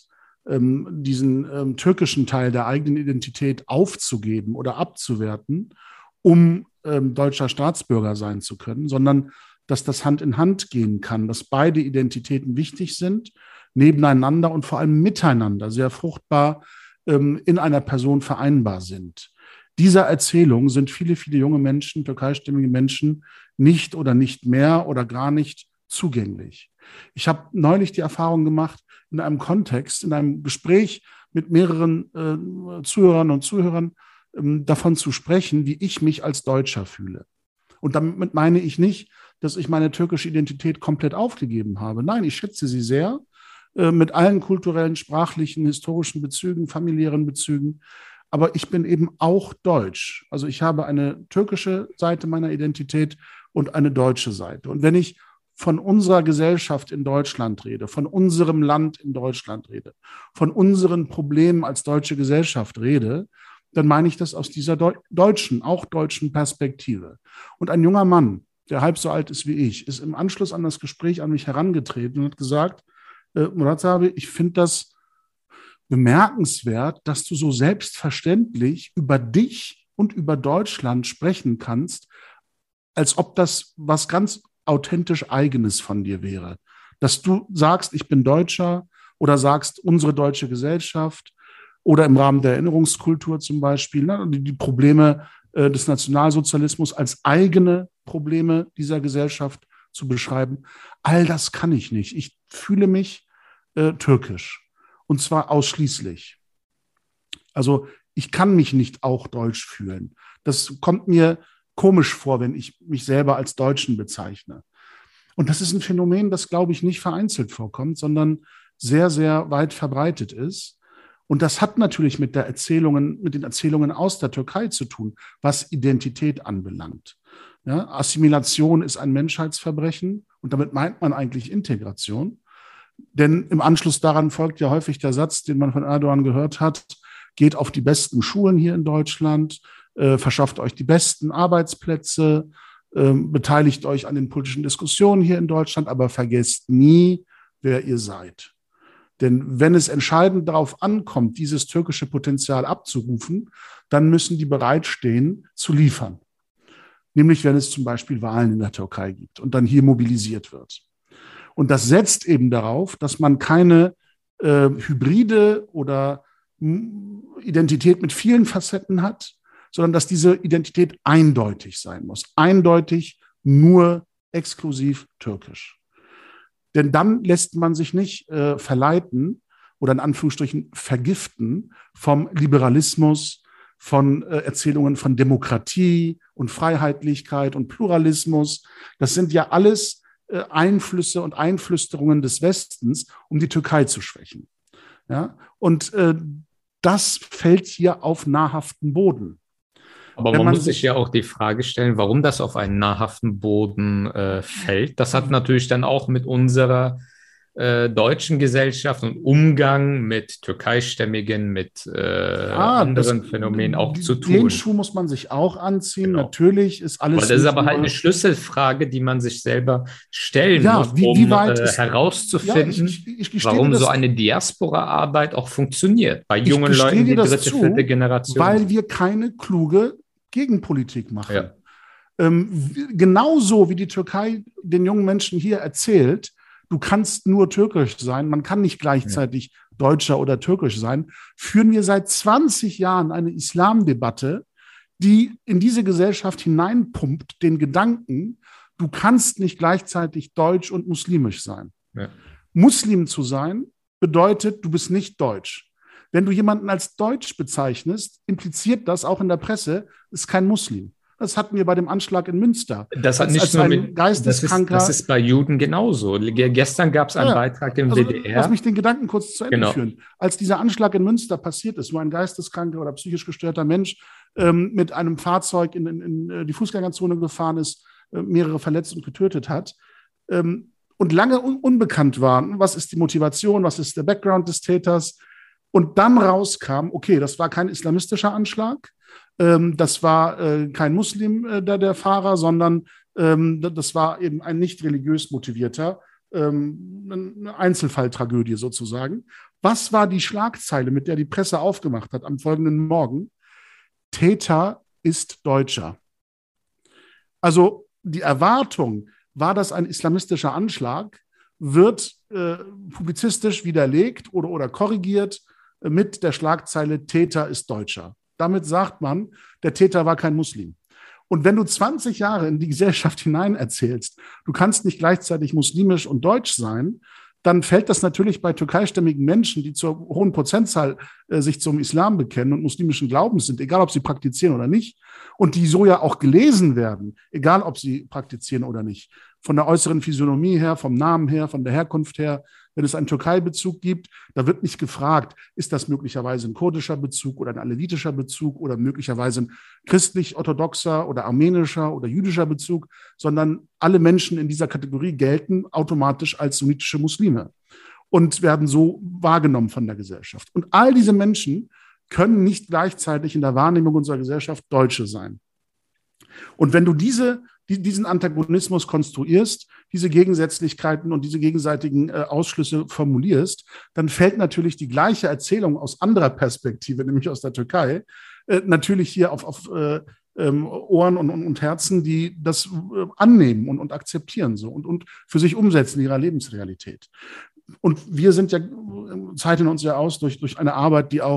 [SPEAKER 1] diesen türkischen Teil der eigenen Identität aufzugeben oder abzuwerten, um deutscher Staatsbürger sein zu können, sondern dass das Hand in Hand gehen kann, dass beide Identitäten wichtig sind, nebeneinander und vor allem miteinander sehr fruchtbar in einer Person vereinbar sind. Dieser Erzählung sind viele, viele junge Menschen, türkeistämmige Menschen, nicht oder nicht mehr oder gar nicht zugänglich. Ich habe neulich die Erfahrung gemacht, in einem Kontext, in einem Gespräch mit mehreren Zuhörern und Zuhörern davon zu sprechen, wie ich mich als Deutscher fühle. Und damit meine ich nicht, dass ich meine türkische Identität komplett aufgegeben habe. Nein, ich schätze sie sehr, mit allen kulturellen, sprachlichen, historischen Bezügen, familiären Bezügen. Aber ich bin eben auch deutsch. Also ich habe eine türkische Seite meiner Identität und eine deutsche Seite. Und wenn ich von unserer Gesellschaft in Deutschland rede, von unserem Land in Deutschland rede, von unseren Problemen als deutsche Gesellschaft rede, dann meine ich das aus dieser deutschen, auch deutschen Perspektive. Und ein junger Mann, der halb so alt ist wie ich, ist im Anschluss an das Gespräch an mich herangetreten und hat gesagt, Muratsabi, ich finde das bemerkenswert, dass du so selbstverständlich über dich und über Deutschland sprechen kannst, als ob das was ganz authentisch Eigenes von dir wäre. Dass du sagst, ich bin Deutscher oder sagst, unsere deutsche Gesellschaft oder im Rahmen der Erinnerungskultur zum Beispiel, ne, die Probleme des Nationalsozialismus als eigene Probleme dieser Gesellschaft zu beschreiben. All das kann ich nicht. Ich fühle mich türkisch, und zwar ausschließlich. Also ich kann mich nicht auch deutsch fühlen. Das kommt mir komisch vor, wenn ich mich selber als Deutschen bezeichne. Und das ist ein Phänomen, das, glaube ich, nicht vereinzelt vorkommt, sondern sehr, sehr weit verbreitet ist. Und das hat natürlich mit den Erzählungen aus der Türkei zu tun, was Identität anbelangt. Ja, Assimilation ist ein Menschheitsverbrechen und damit meint man eigentlich Integration. Denn im Anschluss daran folgt ja häufig der Satz, den man von Erdogan gehört hat: Geht auf die besten Schulen hier in Deutschland, verschafft euch die besten Arbeitsplätze, beteiligt euch an den politischen Diskussionen hier in Deutschland, aber vergesst nie, wer ihr seid. Denn wenn es entscheidend darauf ankommt, dieses türkische Potenzial abzurufen, dann müssen die bereitstehen, zu liefern. Nämlich, wenn es zum Beispiel Wahlen in der Türkei gibt und dann hier mobilisiert wird. Und das setzt eben darauf, dass man keine hybride oder Identität mit vielen Facetten hat, sondern dass diese Identität eindeutig sein muss. Eindeutig, nur exklusiv türkisch. Denn dann lässt man sich nicht verleiten oder in Anführungsstrichen vergiften vom Liberalismus, von Erzählungen von Demokratie und Freiheitlichkeit und Pluralismus. Das sind ja alles Einflüsse und Einflüsterungen des Westens, um die Türkei zu schwächen. Ja? Und das fällt hier auf nahrhaften Boden.
[SPEAKER 3] Aber man muss sich ja auch die Frage stellen, warum das auf einen nahrhaften Boden fällt. Das hat natürlich dann auch mit unserer deutschen Gesellschaft und Umgang mit Türkeistämmigen, mit anderen Phänomenen auch zu tun.
[SPEAKER 1] Den Schuh muss man sich auch anziehen. Genau. Natürlich ist alles.
[SPEAKER 3] Aber das ist aber halt eine Schlüsselfrage, die man sich selber stellen muss, um herauszufinden, warum so eine Diaspora-Arbeit auch funktioniert. Bei jungen Leuten, die dritte, vierte Generation.
[SPEAKER 1] Weil wir keine kluge Gegenpolitik machen. Ja. Genauso wie die Türkei den jungen Menschen hier erzählt, du kannst nur türkisch sein, man kann nicht gleichzeitig Deutscher oder türkisch sein, führen wir seit 20 Jahren eine Islamdebatte, die in diese Gesellschaft hineinpumpt, den Gedanken, du kannst nicht gleichzeitig deutsch und muslimisch sein. Ja. Muslim zu sein bedeutet, du bist nicht deutsch. Wenn du jemanden als deutsch bezeichnest, impliziert das auch in der Presse, ist kein Muslim. Das hatten wir bei dem Anschlag in Münster.
[SPEAKER 3] Das hat nicht nur mit Geisteskranker. Das ist bei Juden genauso. Gestern gab es einen Beitrag im WDR.
[SPEAKER 1] Lass mich den Gedanken kurz zu Ende führen. Als dieser Anschlag in Münster passiert ist, wo ein geisteskranker oder psychisch gestörter Mensch mit einem Fahrzeug in die Fußgängerzone gefahren ist, mehrere verletzt und getötet hat, und lange unbekannt war, was ist die Motivation, was ist der Background des Täters, und dann rauskam, okay, das war kein islamistischer Anschlag, das war kein Muslim, der Fahrer, sondern das war eben ein nicht religiös motivierter, eine Einzelfalltragödie sozusagen. Was war die Schlagzeile, mit der die Presse aufgemacht hat am folgenden Morgen? Täter ist Deutscher. Also die Erwartung, war das ein islamistischer Anschlag, wird publizistisch widerlegt oder korrigiert mit der Schlagzeile Täter ist Deutscher. Damit sagt man, der Täter war kein Muslim. Und wenn du 20 Jahre in die Gesellschaft hinein erzählst, du kannst nicht gleichzeitig muslimisch und deutsch sein, dann fällt das natürlich bei türkeistämmigen Menschen, die zur hohen Prozentzahl sich zum Islam bekennen und muslimischen Glaubens sind, egal ob sie praktizieren oder nicht, und die so ja auch gelesen werden, egal ob sie praktizieren oder nicht, von der äußeren Physiognomie her, vom Namen her, von der Herkunft her. Wenn es einen Türkei-Bezug gibt, da wird nicht gefragt, ist das möglicherweise ein kurdischer Bezug oder ein alevitischer Bezug oder möglicherweise ein christlich-orthodoxer oder armenischer oder jüdischer Bezug, sondern alle Menschen in dieser Kategorie gelten automatisch als sunnitische Muslime und werden so wahrgenommen von der Gesellschaft. Und all diese Menschen können nicht gleichzeitig in der Wahrnehmung unserer Gesellschaft Deutsche sein. Und wenn du diesen Antagonismus konstruierst, diese Gegensätzlichkeiten und diese gegenseitigen Ausschlüsse formulierst, dann fällt natürlich die gleiche Erzählung aus anderer Perspektive, nämlich aus der Türkei, natürlich hier auf Ohren und Herzen, die das annehmen und akzeptieren so und für sich umsetzen in ihrer Lebensrealität. Und wir sind ja, zeichnen uns ja aus durch eine Arbeit, die auch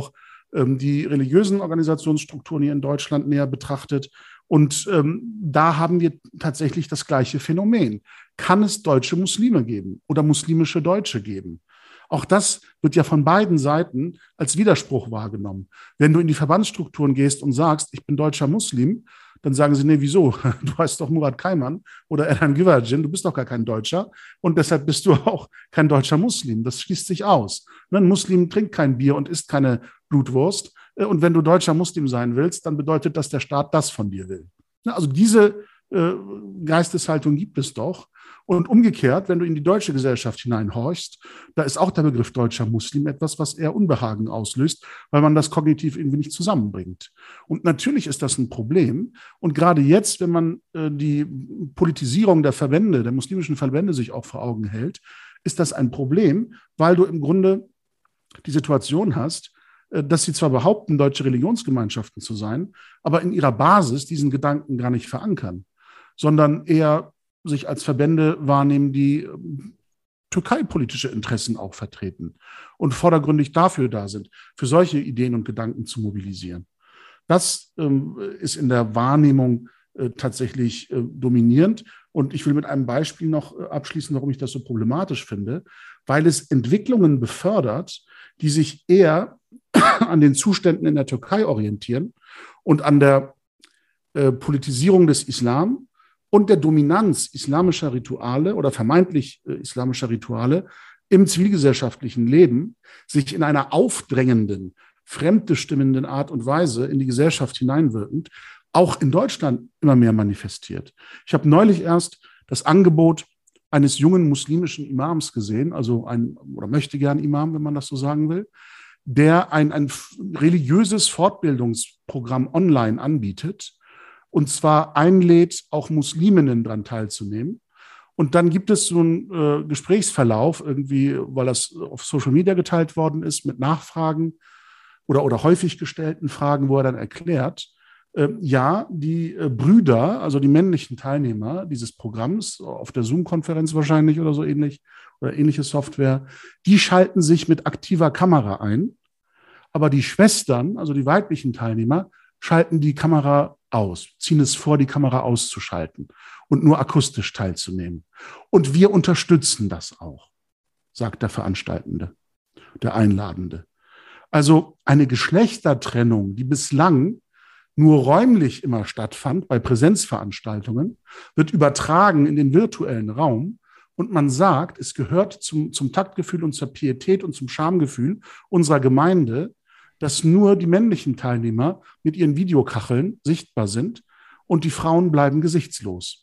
[SPEAKER 1] die religiösen Organisationsstrukturen hier in Deutschland näher betrachtet. Und da haben wir tatsächlich das gleiche Phänomen. Kann es deutsche Muslime geben oder muslimische Deutsche geben? Auch das wird ja von beiden Seiten als Widerspruch wahrgenommen. Wenn du in die Verbandsstrukturen gehst und sagst, ich bin deutscher Muslim, dann sagen sie, nee, wieso? Du heißt doch Murat Kayman oder Erhan Güvercin, du bist doch gar kein Deutscher und deshalb bist du auch kein deutscher Muslim. Das schließt sich aus. Ein Muslim trinkt kein Bier und isst keine Blutwurst. Und wenn du deutscher Muslim sein willst, dann bedeutet das, der Staat das von dir will. Also diese Geisteshaltung gibt es doch. Und umgekehrt, wenn du in die deutsche Gesellschaft hineinhorchst, da ist auch der Begriff deutscher Muslim etwas, was eher Unbehagen auslöst, weil man das kognitiv irgendwie nicht zusammenbringt. Und natürlich ist das ein Problem. Und gerade jetzt, wenn man die Politisierung der Verbände, der muslimischen Verbände sich auch vor Augen hält, ist das ein Problem, weil du im Grunde die Situation hast, dass sie zwar behaupten, deutsche Religionsgemeinschaften zu sein, aber in ihrer Basis diesen Gedanken gar nicht verankern, sondern eher sich als Verbände wahrnehmen, die türkeipolitische Interessen auch vertreten und vordergründig dafür da sind, für solche Ideen und Gedanken zu mobilisieren. Das ist in der Wahrnehmung tatsächlich dominierend. Und ich will mit einem Beispiel noch abschließen, warum ich das so problematisch finde, weil es Entwicklungen befördert, die sich eher an den Zuständen in der Türkei orientieren und an der Politisierung des Islam und der Dominanz islamischer Rituale oder vermeintlich islamischer Rituale im zivilgesellschaftlichen Leben sich in einer aufdrängenden, fremdbestimmenden Art und Weise in die Gesellschaft hineinwirkend, auch in Deutschland immer mehr manifestiert. Ich habe neulich erst das Angebot eines jungen muslimischen Imams gesehen, also ein oder möchte gern Imam, wenn man das so sagen will, der ein religiöses Fortbildungsprogramm online anbietet und zwar einlädt, auch Musliminnen daran teilzunehmen. Und dann gibt es so einen Gesprächsverlauf irgendwie, weil das auf Social Media geteilt worden ist, mit Nachfragen oder häufig gestellten Fragen, wo er dann erklärt, ja, die Brüder, also die männlichen Teilnehmer dieses Programms, auf der Zoom-Konferenz wahrscheinlich oder so ähnlich, oder ähnliche Software, die schalten sich mit aktiver Kamera ein. Aber die Schwestern, also die weiblichen Teilnehmer, schalten die Kamera aus, ziehen es vor, die Kamera auszuschalten und nur akustisch teilzunehmen. Und wir unterstützen das auch, sagt der Veranstaltende, der Einladende. Also eine Geschlechtertrennung, die bislang nur räumlich immer stattfand bei Präsenzveranstaltungen, wird übertragen in den virtuellen Raum. Und man sagt, es gehört zum Taktgefühl und zur Pietät und zum Schamgefühl unserer Gemeinde, dass nur die männlichen Teilnehmer mit ihren Videokacheln sichtbar sind und die Frauen bleiben gesichtslos.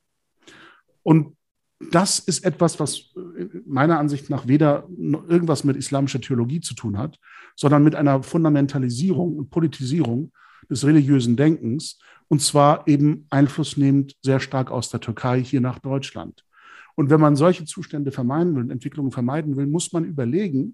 [SPEAKER 1] Und das ist etwas, was meiner Ansicht nach weder irgendwas mit islamischer Theologie zu tun hat, sondern mit einer Fundamentalisierung und Politisierung des religiösen Denkens, und zwar eben einflussnehmend sehr stark aus der Türkei hier nach Deutschland. Und wenn man solche Zustände vermeiden will, Entwicklungen vermeiden will, muss man überlegen,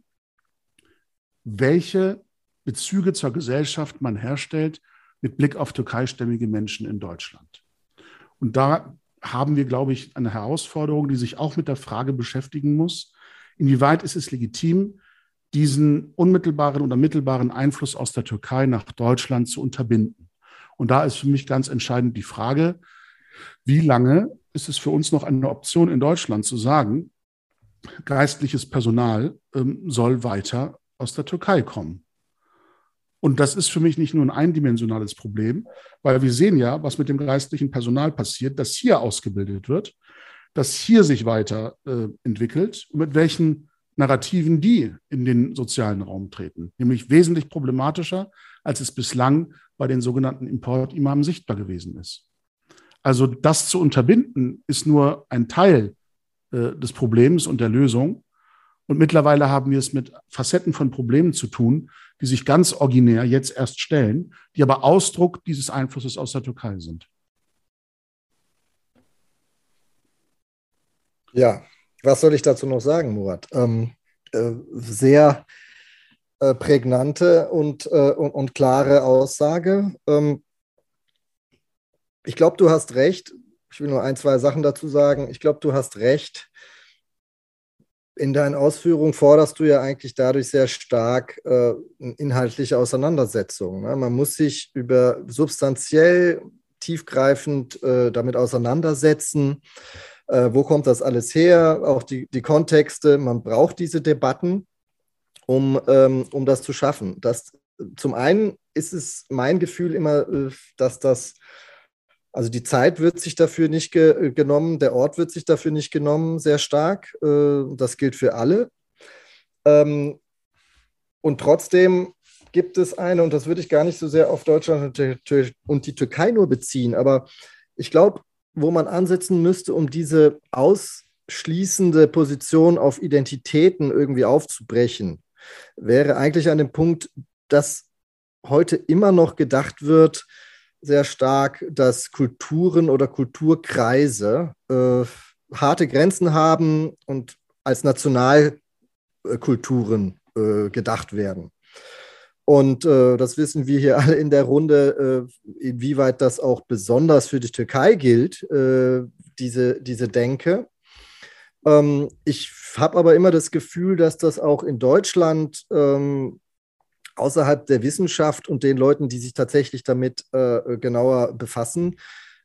[SPEAKER 1] welche Bezüge zur Gesellschaft man herstellt mit Blick auf türkeistämmige Menschen in Deutschland. Und da haben wir, glaube ich, eine Herausforderung, die sich auch mit der Frage beschäftigen muss, inwieweit ist es legitim, diesen unmittelbaren oder mittelbaren Einfluss aus der Türkei nach Deutschland zu unterbinden. Und da ist für mich ganz entscheidend die Frage, wie lange ist es für uns noch eine Option in Deutschland zu sagen, geistliches Personal soll weiter aus der Türkei kommen. Und das ist für mich nicht nur ein eindimensionales Problem, weil wir sehen ja, was mit dem geistlichen Personal passiert, das hier ausgebildet wird, das hier sich weiter entwickelt und mit welchen Narrativen die in den sozialen Raum treten, nämlich wesentlich problematischer, als es bislang bei den sogenannten Importimamen sichtbar gewesen ist. Also das zu unterbinden, ist nur ein Teil des Problems und der Lösung. Und mittlerweile haben wir es mit Facetten von Problemen zu tun, die sich ganz originär jetzt erst stellen, die aber Ausdruck dieses Einflusses aus der Türkei sind.
[SPEAKER 4] Ja, was soll ich dazu noch sagen, Murat? Sehr prägnante und klare Aussage. Ich glaube, du hast recht. Ich will nur ein, zwei Sachen dazu sagen. Ich glaube, du hast recht. In deinen Ausführungen forderst du ja eigentlich dadurch sehr stark inhaltliche Auseinandersetzungen. Ne? Man muss sich über substanziell tiefgreifend damit auseinandersetzen. Wo kommt das alles her? Auch die Kontexte. Man braucht diese Debatten, um das zu schaffen. Zum einen ist es mein Gefühl immer, dass also die Zeit wird sich dafür nicht genommen, der Ort wird sich dafür nicht genommen, sehr stark. Das gilt für alle. Und trotzdem gibt es und das würde ich gar nicht so sehr auf Deutschland und die Türkei nur beziehen, aber ich glaube, wo man ansetzen müsste, um diese ausschließende Position auf Identitäten irgendwie aufzubrechen, wäre eigentlich an dem Punkt, dass heute immer noch gedacht wird, sehr stark, dass Kulturen oder Kulturkreise harte Grenzen haben und als Nationalkulturen gedacht werden. Und das wissen wir hier alle in der Runde, inwieweit das auch besonders für die Türkei gilt, diese Denke. Ich habe aber immer das Gefühl, dass das auch in Deutschland außerhalb der Wissenschaft und den Leuten, die sich tatsächlich damit genauer befassen,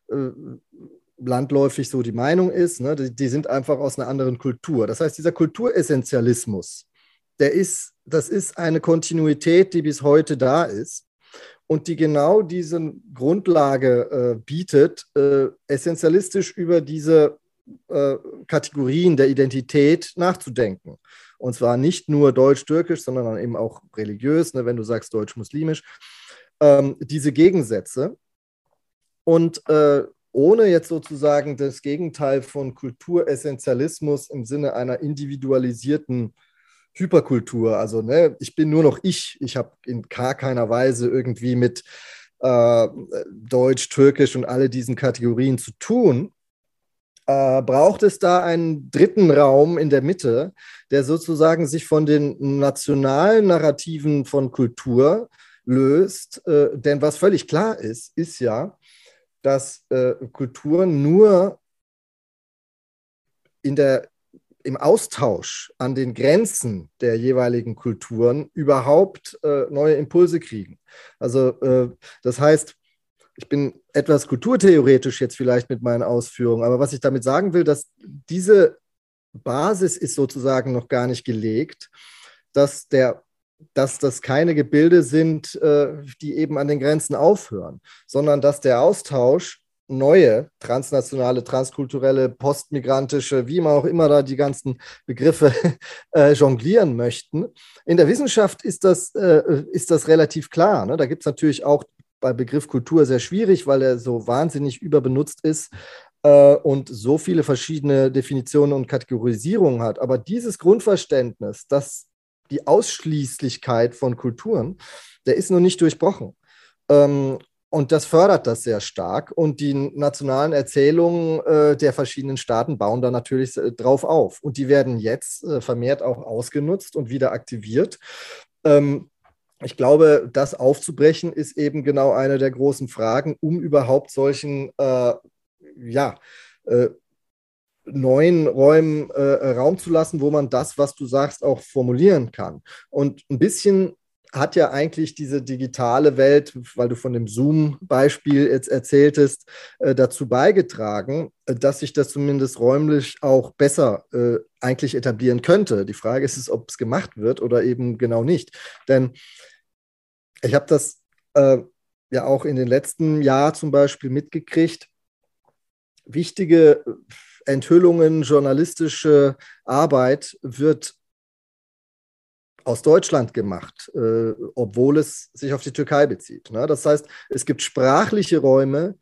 [SPEAKER 4] landläufig so die Meinung ist, ne? Die sind einfach aus einer anderen Kultur. Das heißt, dieser Kulturessentialismus, das ist eine Kontinuität, die bis heute da ist und die genau diese Grundlage bietet, essentialistisch über diese Kategorien der Identität nachzudenken. Und zwar nicht nur deutsch-türkisch, sondern dann eben auch religiös, ne, wenn du sagst deutsch-muslimisch, diese Gegensätze. Und ohne jetzt sozusagen das Gegenteil von Kulturessentialismus im Sinne einer individualisierten Hyperkultur, also ne, ich bin nur noch ich habe in gar keiner Weise irgendwie mit Deutsch, Türkisch und alle diesen Kategorien zu tun, braucht es da einen dritten Raum in der Mitte, der sozusagen sich von den nationalen Narrativen von Kultur löst. Denn was völlig klar ist ja, dass Kulturen nur im Austausch an den Grenzen der jeweiligen Kulturen überhaupt neue Impulse kriegen. Also das heißt, ich bin etwas kulturtheoretisch jetzt vielleicht mit meinen Ausführungen, aber was ich damit sagen will, dass diese Basis ist sozusagen noch gar nicht gelegt, dass das keine Gebilde sind, die eben an den Grenzen aufhören, sondern dass der Austausch neue transnationale, transkulturelle, postmigrantische, wie man auch immer da die ganzen Begriffe jonglieren möchten. In der Wissenschaft ist das relativ klar. Ne? Da gibt es natürlich auch bei Begriff Kultur sehr schwierig, weil er so wahnsinnig überbenutzt ist und so viele verschiedene Definitionen und Kategorisierungen hat. Aber dieses Grundverständnis, dass die Ausschließlichkeit von Kulturen, der ist noch nicht durchbrochen. Und das fördert das sehr stark. Und die nationalen Erzählungen der verschiedenen Staaten bauen da natürlich drauf auf. Und die werden jetzt vermehrt auch ausgenutzt und wieder aktiviert. Ich glaube, das aufzubrechen ist eben genau eine der großen Fragen, um überhaupt solchen neuen Räumen Raum zu lassen, wo man das, was du sagst, auch formulieren kann. Und ein bisschen hat ja eigentlich diese digitale Welt, weil du von dem Zoom-Beispiel jetzt erzähltest, dazu beigetragen, dass sich das zumindest räumlich auch besser eigentlich etablieren könnte. Die Frage ist, ob es gemacht wird oder eben genau nicht. Denn ich habe das ja auch in den letzten Jahren zum Beispiel mitgekriegt. Wichtige Enthüllungen, journalistische Arbeit wird aus Deutschland gemacht, obwohl es sich auf die Türkei bezieht. Ne? Das heißt, es gibt sprachliche Räume,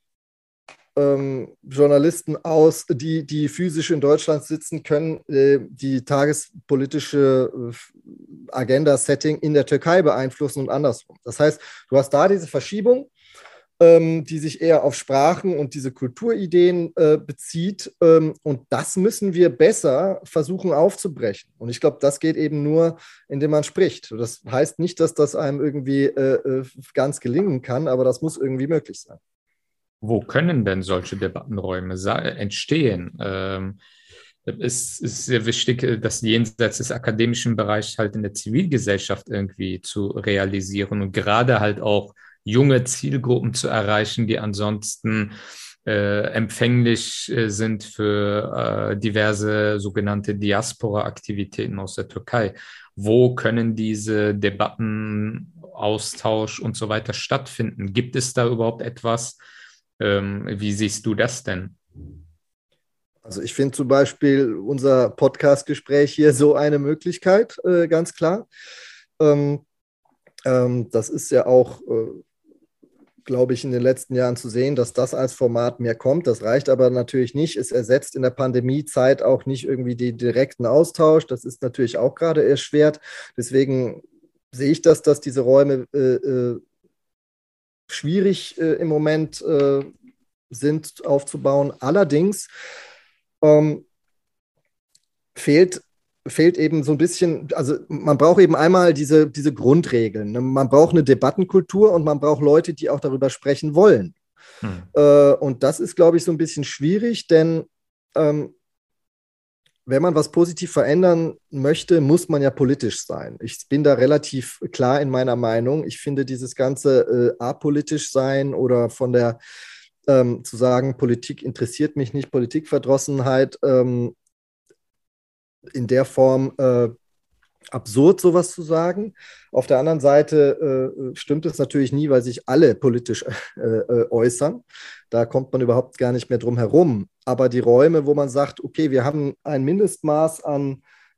[SPEAKER 4] Journalisten die physisch in Deutschland sitzen, können die tagespolitische Agenda-Setting in der Türkei beeinflussen und andersrum. Das heißt, du hast da diese Verschiebung, die sich eher auf Sprachen und diese Kulturideen bezieht. Und das müssen wir besser versuchen aufzubrechen. Und ich glaube, das geht eben nur, indem man spricht. Das heißt nicht, dass das einem irgendwie ganz gelingen kann, aber das muss irgendwie möglich sein.
[SPEAKER 3] Wo können denn solche Debattenräume entstehen? Es ist sehr wichtig, das jenseits des akademischen Bereichs halt in der Zivilgesellschaft irgendwie zu realisieren und gerade halt auch junge Zielgruppen zu erreichen, die ansonsten empfänglich sind für diverse sogenannte Diaspora-Aktivitäten aus der Türkei. Wo können diese Debatten, Austausch und so weiter stattfinden? Gibt es da überhaupt etwas? Wie siehst du das denn?
[SPEAKER 4] Also ich finde zum Beispiel unser Podcast-Gespräch hier so eine Möglichkeit, ganz klar. Das ist ja auch, glaube ich, in den letzten Jahren zu sehen, dass das als Format mehr kommt. Das reicht aber natürlich nicht. Es ersetzt in der Pandemiezeit auch nicht irgendwie den direkten Austausch. Das ist natürlich auch gerade erschwert. Deswegen sehe ich das, dass diese Räume schwierig im Moment sind aufzubauen. Allerdings fehlt eben so ein bisschen, also man braucht eben einmal diese Grundregeln. Man braucht eine Debattenkultur und man braucht Leute, die auch darüber sprechen wollen. Und das ist, glaube ich, so ein bisschen schwierig, denn wenn man was positiv verändern möchte, muss man ja politisch sein. Ich bin da relativ klar in meiner Meinung. Ich finde dieses ganze apolitisch sein oder von der zu sagen, Politik interessiert mich nicht, Politikverdrossenheit in der Form absurd, sowas zu sagen. Auf der anderen Seite stimmt es natürlich nie, weil sich alle politisch äußern. Da kommt man überhaupt gar nicht mehr drum herum. Aber die Räume, wo man sagt, okay, wir haben ein Mindestmaß an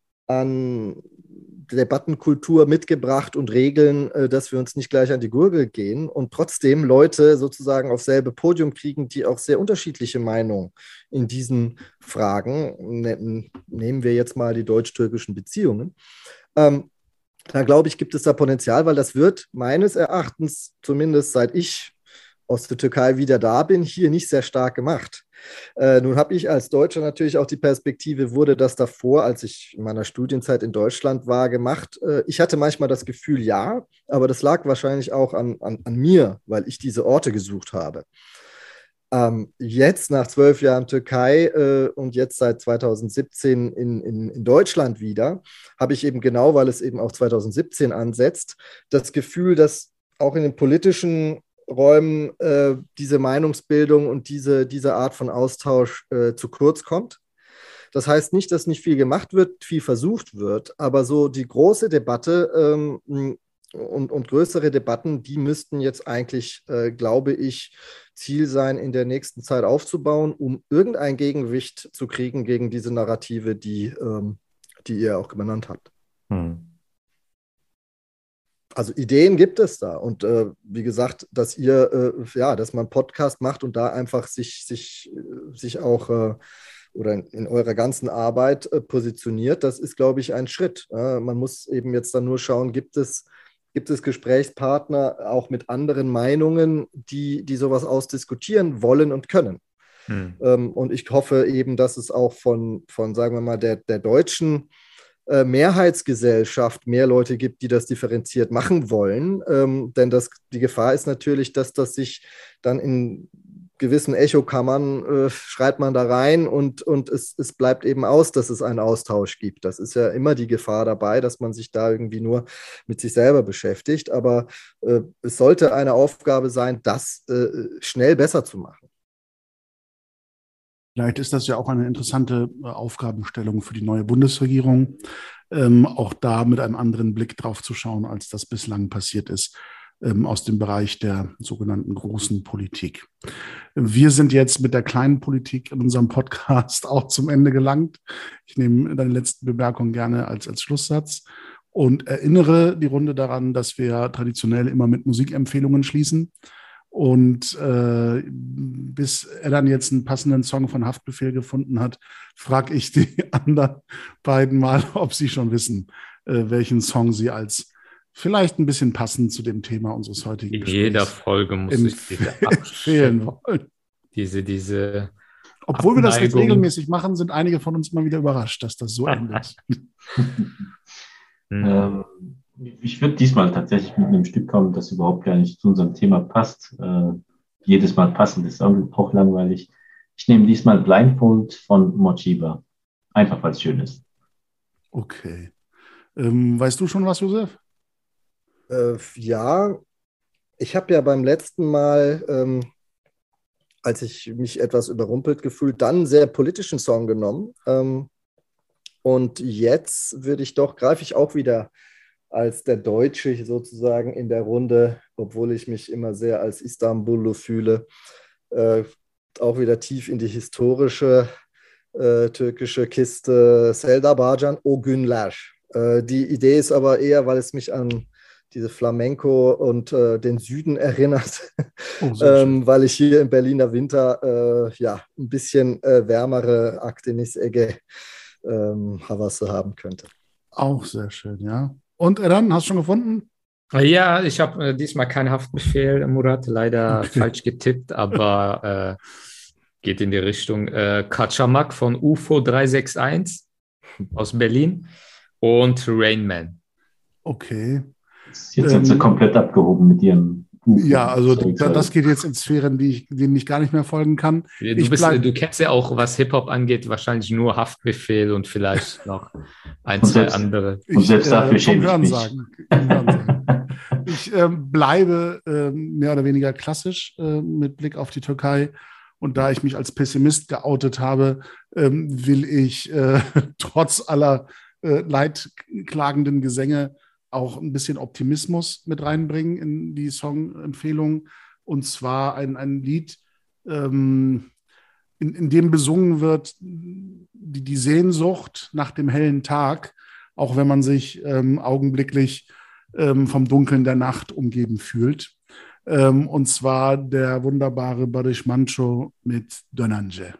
[SPEAKER 4] Debattenkultur mitgebracht und Regeln, dass wir uns nicht gleich an die Gurgel gehen und trotzdem Leute sozusagen aufs selbe Podium kriegen, die auch sehr unterschiedliche Meinungen in diesen Fragen, nehmen wir jetzt mal die deutsch-türkischen Beziehungen, da glaube ich, gibt es da Potenzial, weil das wird meines Erachtens, zumindest seit ich aus der Türkei wieder da bin, hier nicht sehr stark gemacht. Nun habe ich als Deutscher natürlich auch die Perspektive, wurde das davor, als ich in meiner Studienzeit in Deutschland war, gemacht. Ich hatte manchmal das Gefühl, ja, aber das lag wahrscheinlich auch an mir, weil ich diese Orte gesucht habe. Jetzt nach 12 Jahren Türkei und jetzt seit 2017 in Deutschland wieder, habe ich eben genau, weil es eben auch 2017 ansetzt, das Gefühl, dass auch in den politischen Räumen diese Meinungsbildung und diese Art von Austausch zu kurz kommt. Das heißt nicht, dass nicht viel gemacht wird, viel versucht wird, aber so die große Debatte und größere Debatten, die müssten jetzt eigentlich, glaube ich, Ziel sein, in der nächsten Zeit aufzubauen, um irgendein Gegengewicht zu kriegen gegen diese Narrative, die ihr auch benannt habt. Also Ideen gibt es da und wie gesagt, dass ihr dass man einen Podcast macht und da einfach sich auch oder in eurer ganzen Arbeit positioniert, das ist, glaube ich, ein Schritt. Man muss eben jetzt dann nur schauen, gibt es Gesprächspartner auch mit anderen Meinungen, die sowas ausdiskutieren wollen und können. Und ich hoffe eben, dass es auch von sagen wir mal, der deutschen Mehrheitsgesellschaft mehr Leute gibt, die das differenziert machen wollen. Denn die Gefahr ist natürlich, dass das sich dann in gewissen Echokammern schreit man da rein und es bleibt eben aus, dass es einen Austausch gibt. Das ist ja immer die Gefahr dabei, dass man sich da irgendwie nur mit sich selber beschäftigt. Aber es sollte eine Aufgabe sein, das schnell besser zu machen.
[SPEAKER 1] Vielleicht ist das ja auch eine interessante Aufgabenstellung für die neue Bundesregierung, auch da mit einem anderen Blick drauf zu schauen, als das bislang passiert ist, aus dem Bereich der sogenannten großen Politik. Wir sind jetzt mit der kleinen Politik in unserem Podcast auch zum Ende gelangt. Ich nehme deine letzten Bemerkungen gerne als Schlusssatz und erinnere die Runde daran, dass wir traditionell immer mit Musikempfehlungen schließen. Und bis er dann jetzt einen passenden Song von Haftbefehl gefunden hat, frage ich die anderen beiden mal, ob sie schon wissen, welchen Song sie als vielleicht ein bisschen passend zu dem Thema unseres heutigen Gesprächs
[SPEAKER 3] in jeder Folge muss ich diese
[SPEAKER 1] empfehlen wollen.
[SPEAKER 3] Diese
[SPEAKER 1] Obwohl wir das recht regelmäßig machen, sind einige von uns immer wieder überrascht, dass das so endet.
[SPEAKER 2] Ich würde diesmal tatsächlich mit einem Stück kommen, das überhaupt gar nicht zu unserem Thema passt. Jedes Mal passend ist auch langweilig. Ich nehme diesmal Blindfold von Mochiba. einfach weil es schön ist.
[SPEAKER 1] Okay. Weißt du schon was, Josef?
[SPEAKER 4] Ja, ich habe ja beim letzten Mal, als ich mich etwas überrumpelt gefühlt, dann einen sehr politischen Song genommen. Und jetzt greife ich auch wieder als der Deutsche sozusagen in der Runde, obwohl ich mich immer sehr als Istanbulo fühle, auch wieder tief in die historische türkische Kiste Selda Bağcan O Günler. Die Idee ist aber eher, weil es mich an diese Flamenco und den Süden erinnert, weil ich hier im Berliner Winter ein bisschen wärmere Akdeniz Ege Havası haben könnte.
[SPEAKER 1] Auch sehr schön, ja. Und Eran, hast du schon gefunden?
[SPEAKER 3] Ja, ich habe diesmal keinen Haftbefehl, Murat, leider falsch getippt, aber geht in die Richtung Kaçamak von UFO 361 aus Berlin und Rain Man.
[SPEAKER 1] Okay.
[SPEAKER 2] Jetzt sind sie komplett abgehoben mit ihrem Buch.
[SPEAKER 1] Ja, also das geht jetzt in Sphären, denen ich gar nicht mehr folgen kann.
[SPEAKER 3] Du kennst ja auch, was Hip-Hop angeht, wahrscheinlich nur Haftbefehl und vielleicht noch zwei andere.
[SPEAKER 2] Und selbst dafür schäme ich mich.
[SPEAKER 1] Ich bleibe mehr oder weniger klassisch mit Blick auf die Türkei. Und da ich mich als Pessimist geoutet habe, will ich trotz aller leidklagenden Gesänge auch ein bisschen Optimismus mit reinbringen in die Songempfehlung. Und zwar ein Lied, in dem besungen wird die Sehnsucht nach dem hellen Tag, auch wenn man sich augenblicklich vom Dunkeln der Nacht umgeben fühlt. Und zwar der wunderbare Barış Manço mit Dönence.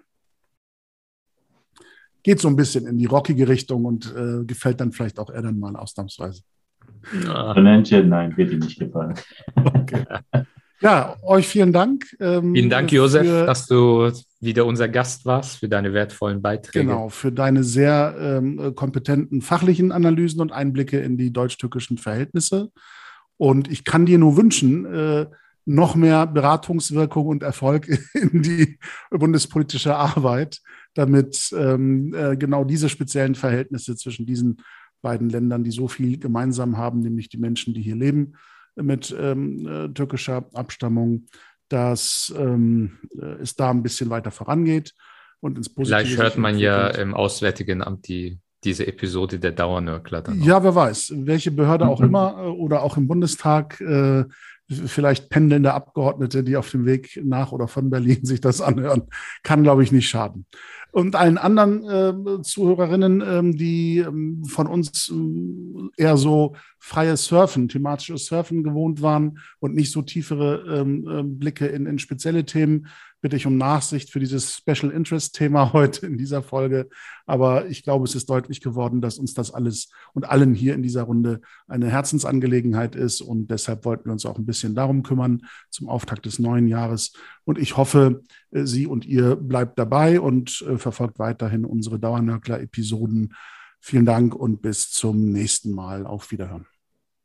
[SPEAKER 1] Geht so ein bisschen in die rockige Richtung und gefällt dann vielleicht auch dann mal ausnahmsweise.
[SPEAKER 2] Dönence, nein, wird ihm nicht gefallen.
[SPEAKER 1] Okay. Ja, euch vielen Dank.
[SPEAKER 3] Vielen Dank, Josef, dass du wieder unser Gast warst, für deine wertvollen Beiträge.
[SPEAKER 1] Genau, für deine sehr kompetenten fachlichen Analysen und Einblicke in die deutsch-türkischen Verhältnisse. Und ich kann dir nur wünschen, noch mehr Beratungswirkung und Erfolg in die bundespolitische Arbeit, damit genau diese speziellen Verhältnisse zwischen diesen beiden Ländern, die so viel gemeinsam haben, nämlich die Menschen, die hier leben mit türkischer Abstammung, dass es da ein bisschen weiter vorangeht und ins Positive.
[SPEAKER 3] Vielleicht hört man ja im Auswärtigen Amt diese Episode der Dauernörkler dann auch.
[SPEAKER 1] Ja, wer weiß, welche Behörde auch immer oder auch im Bundestag, vielleicht pendelnde Abgeordnete, die auf dem Weg nach oder von Berlin sich das anhören, kann, glaube ich, nicht schaden. Und allen anderen Zuhörerinnen, die von uns eher so freies Surfen, thematisches Surfen gewohnt waren und nicht so tiefere Blicke in spezielle Themen, bitte ich um Nachsicht für dieses Special Interest Thema heute in dieser Folge. Aber ich glaube, es ist deutlich geworden, dass uns das alles und allen hier in dieser Runde eine Herzensangelegenheit ist. Und deshalb wollten wir uns auch ein bisschen darum kümmern zum Auftakt des neuen Jahres. Und ich hoffe, Sie und ihr bleibt dabei und verfolgt weiterhin unsere Dauernörkler-Episoden. Vielen Dank und bis zum nächsten Mal. Auf Wiederhören.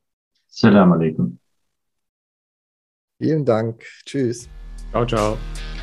[SPEAKER 2] Assalamu alaikum.
[SPEAKER 4] Vielen Dank. Tschüss.
[SPEAKER 3] Ciao, ciao.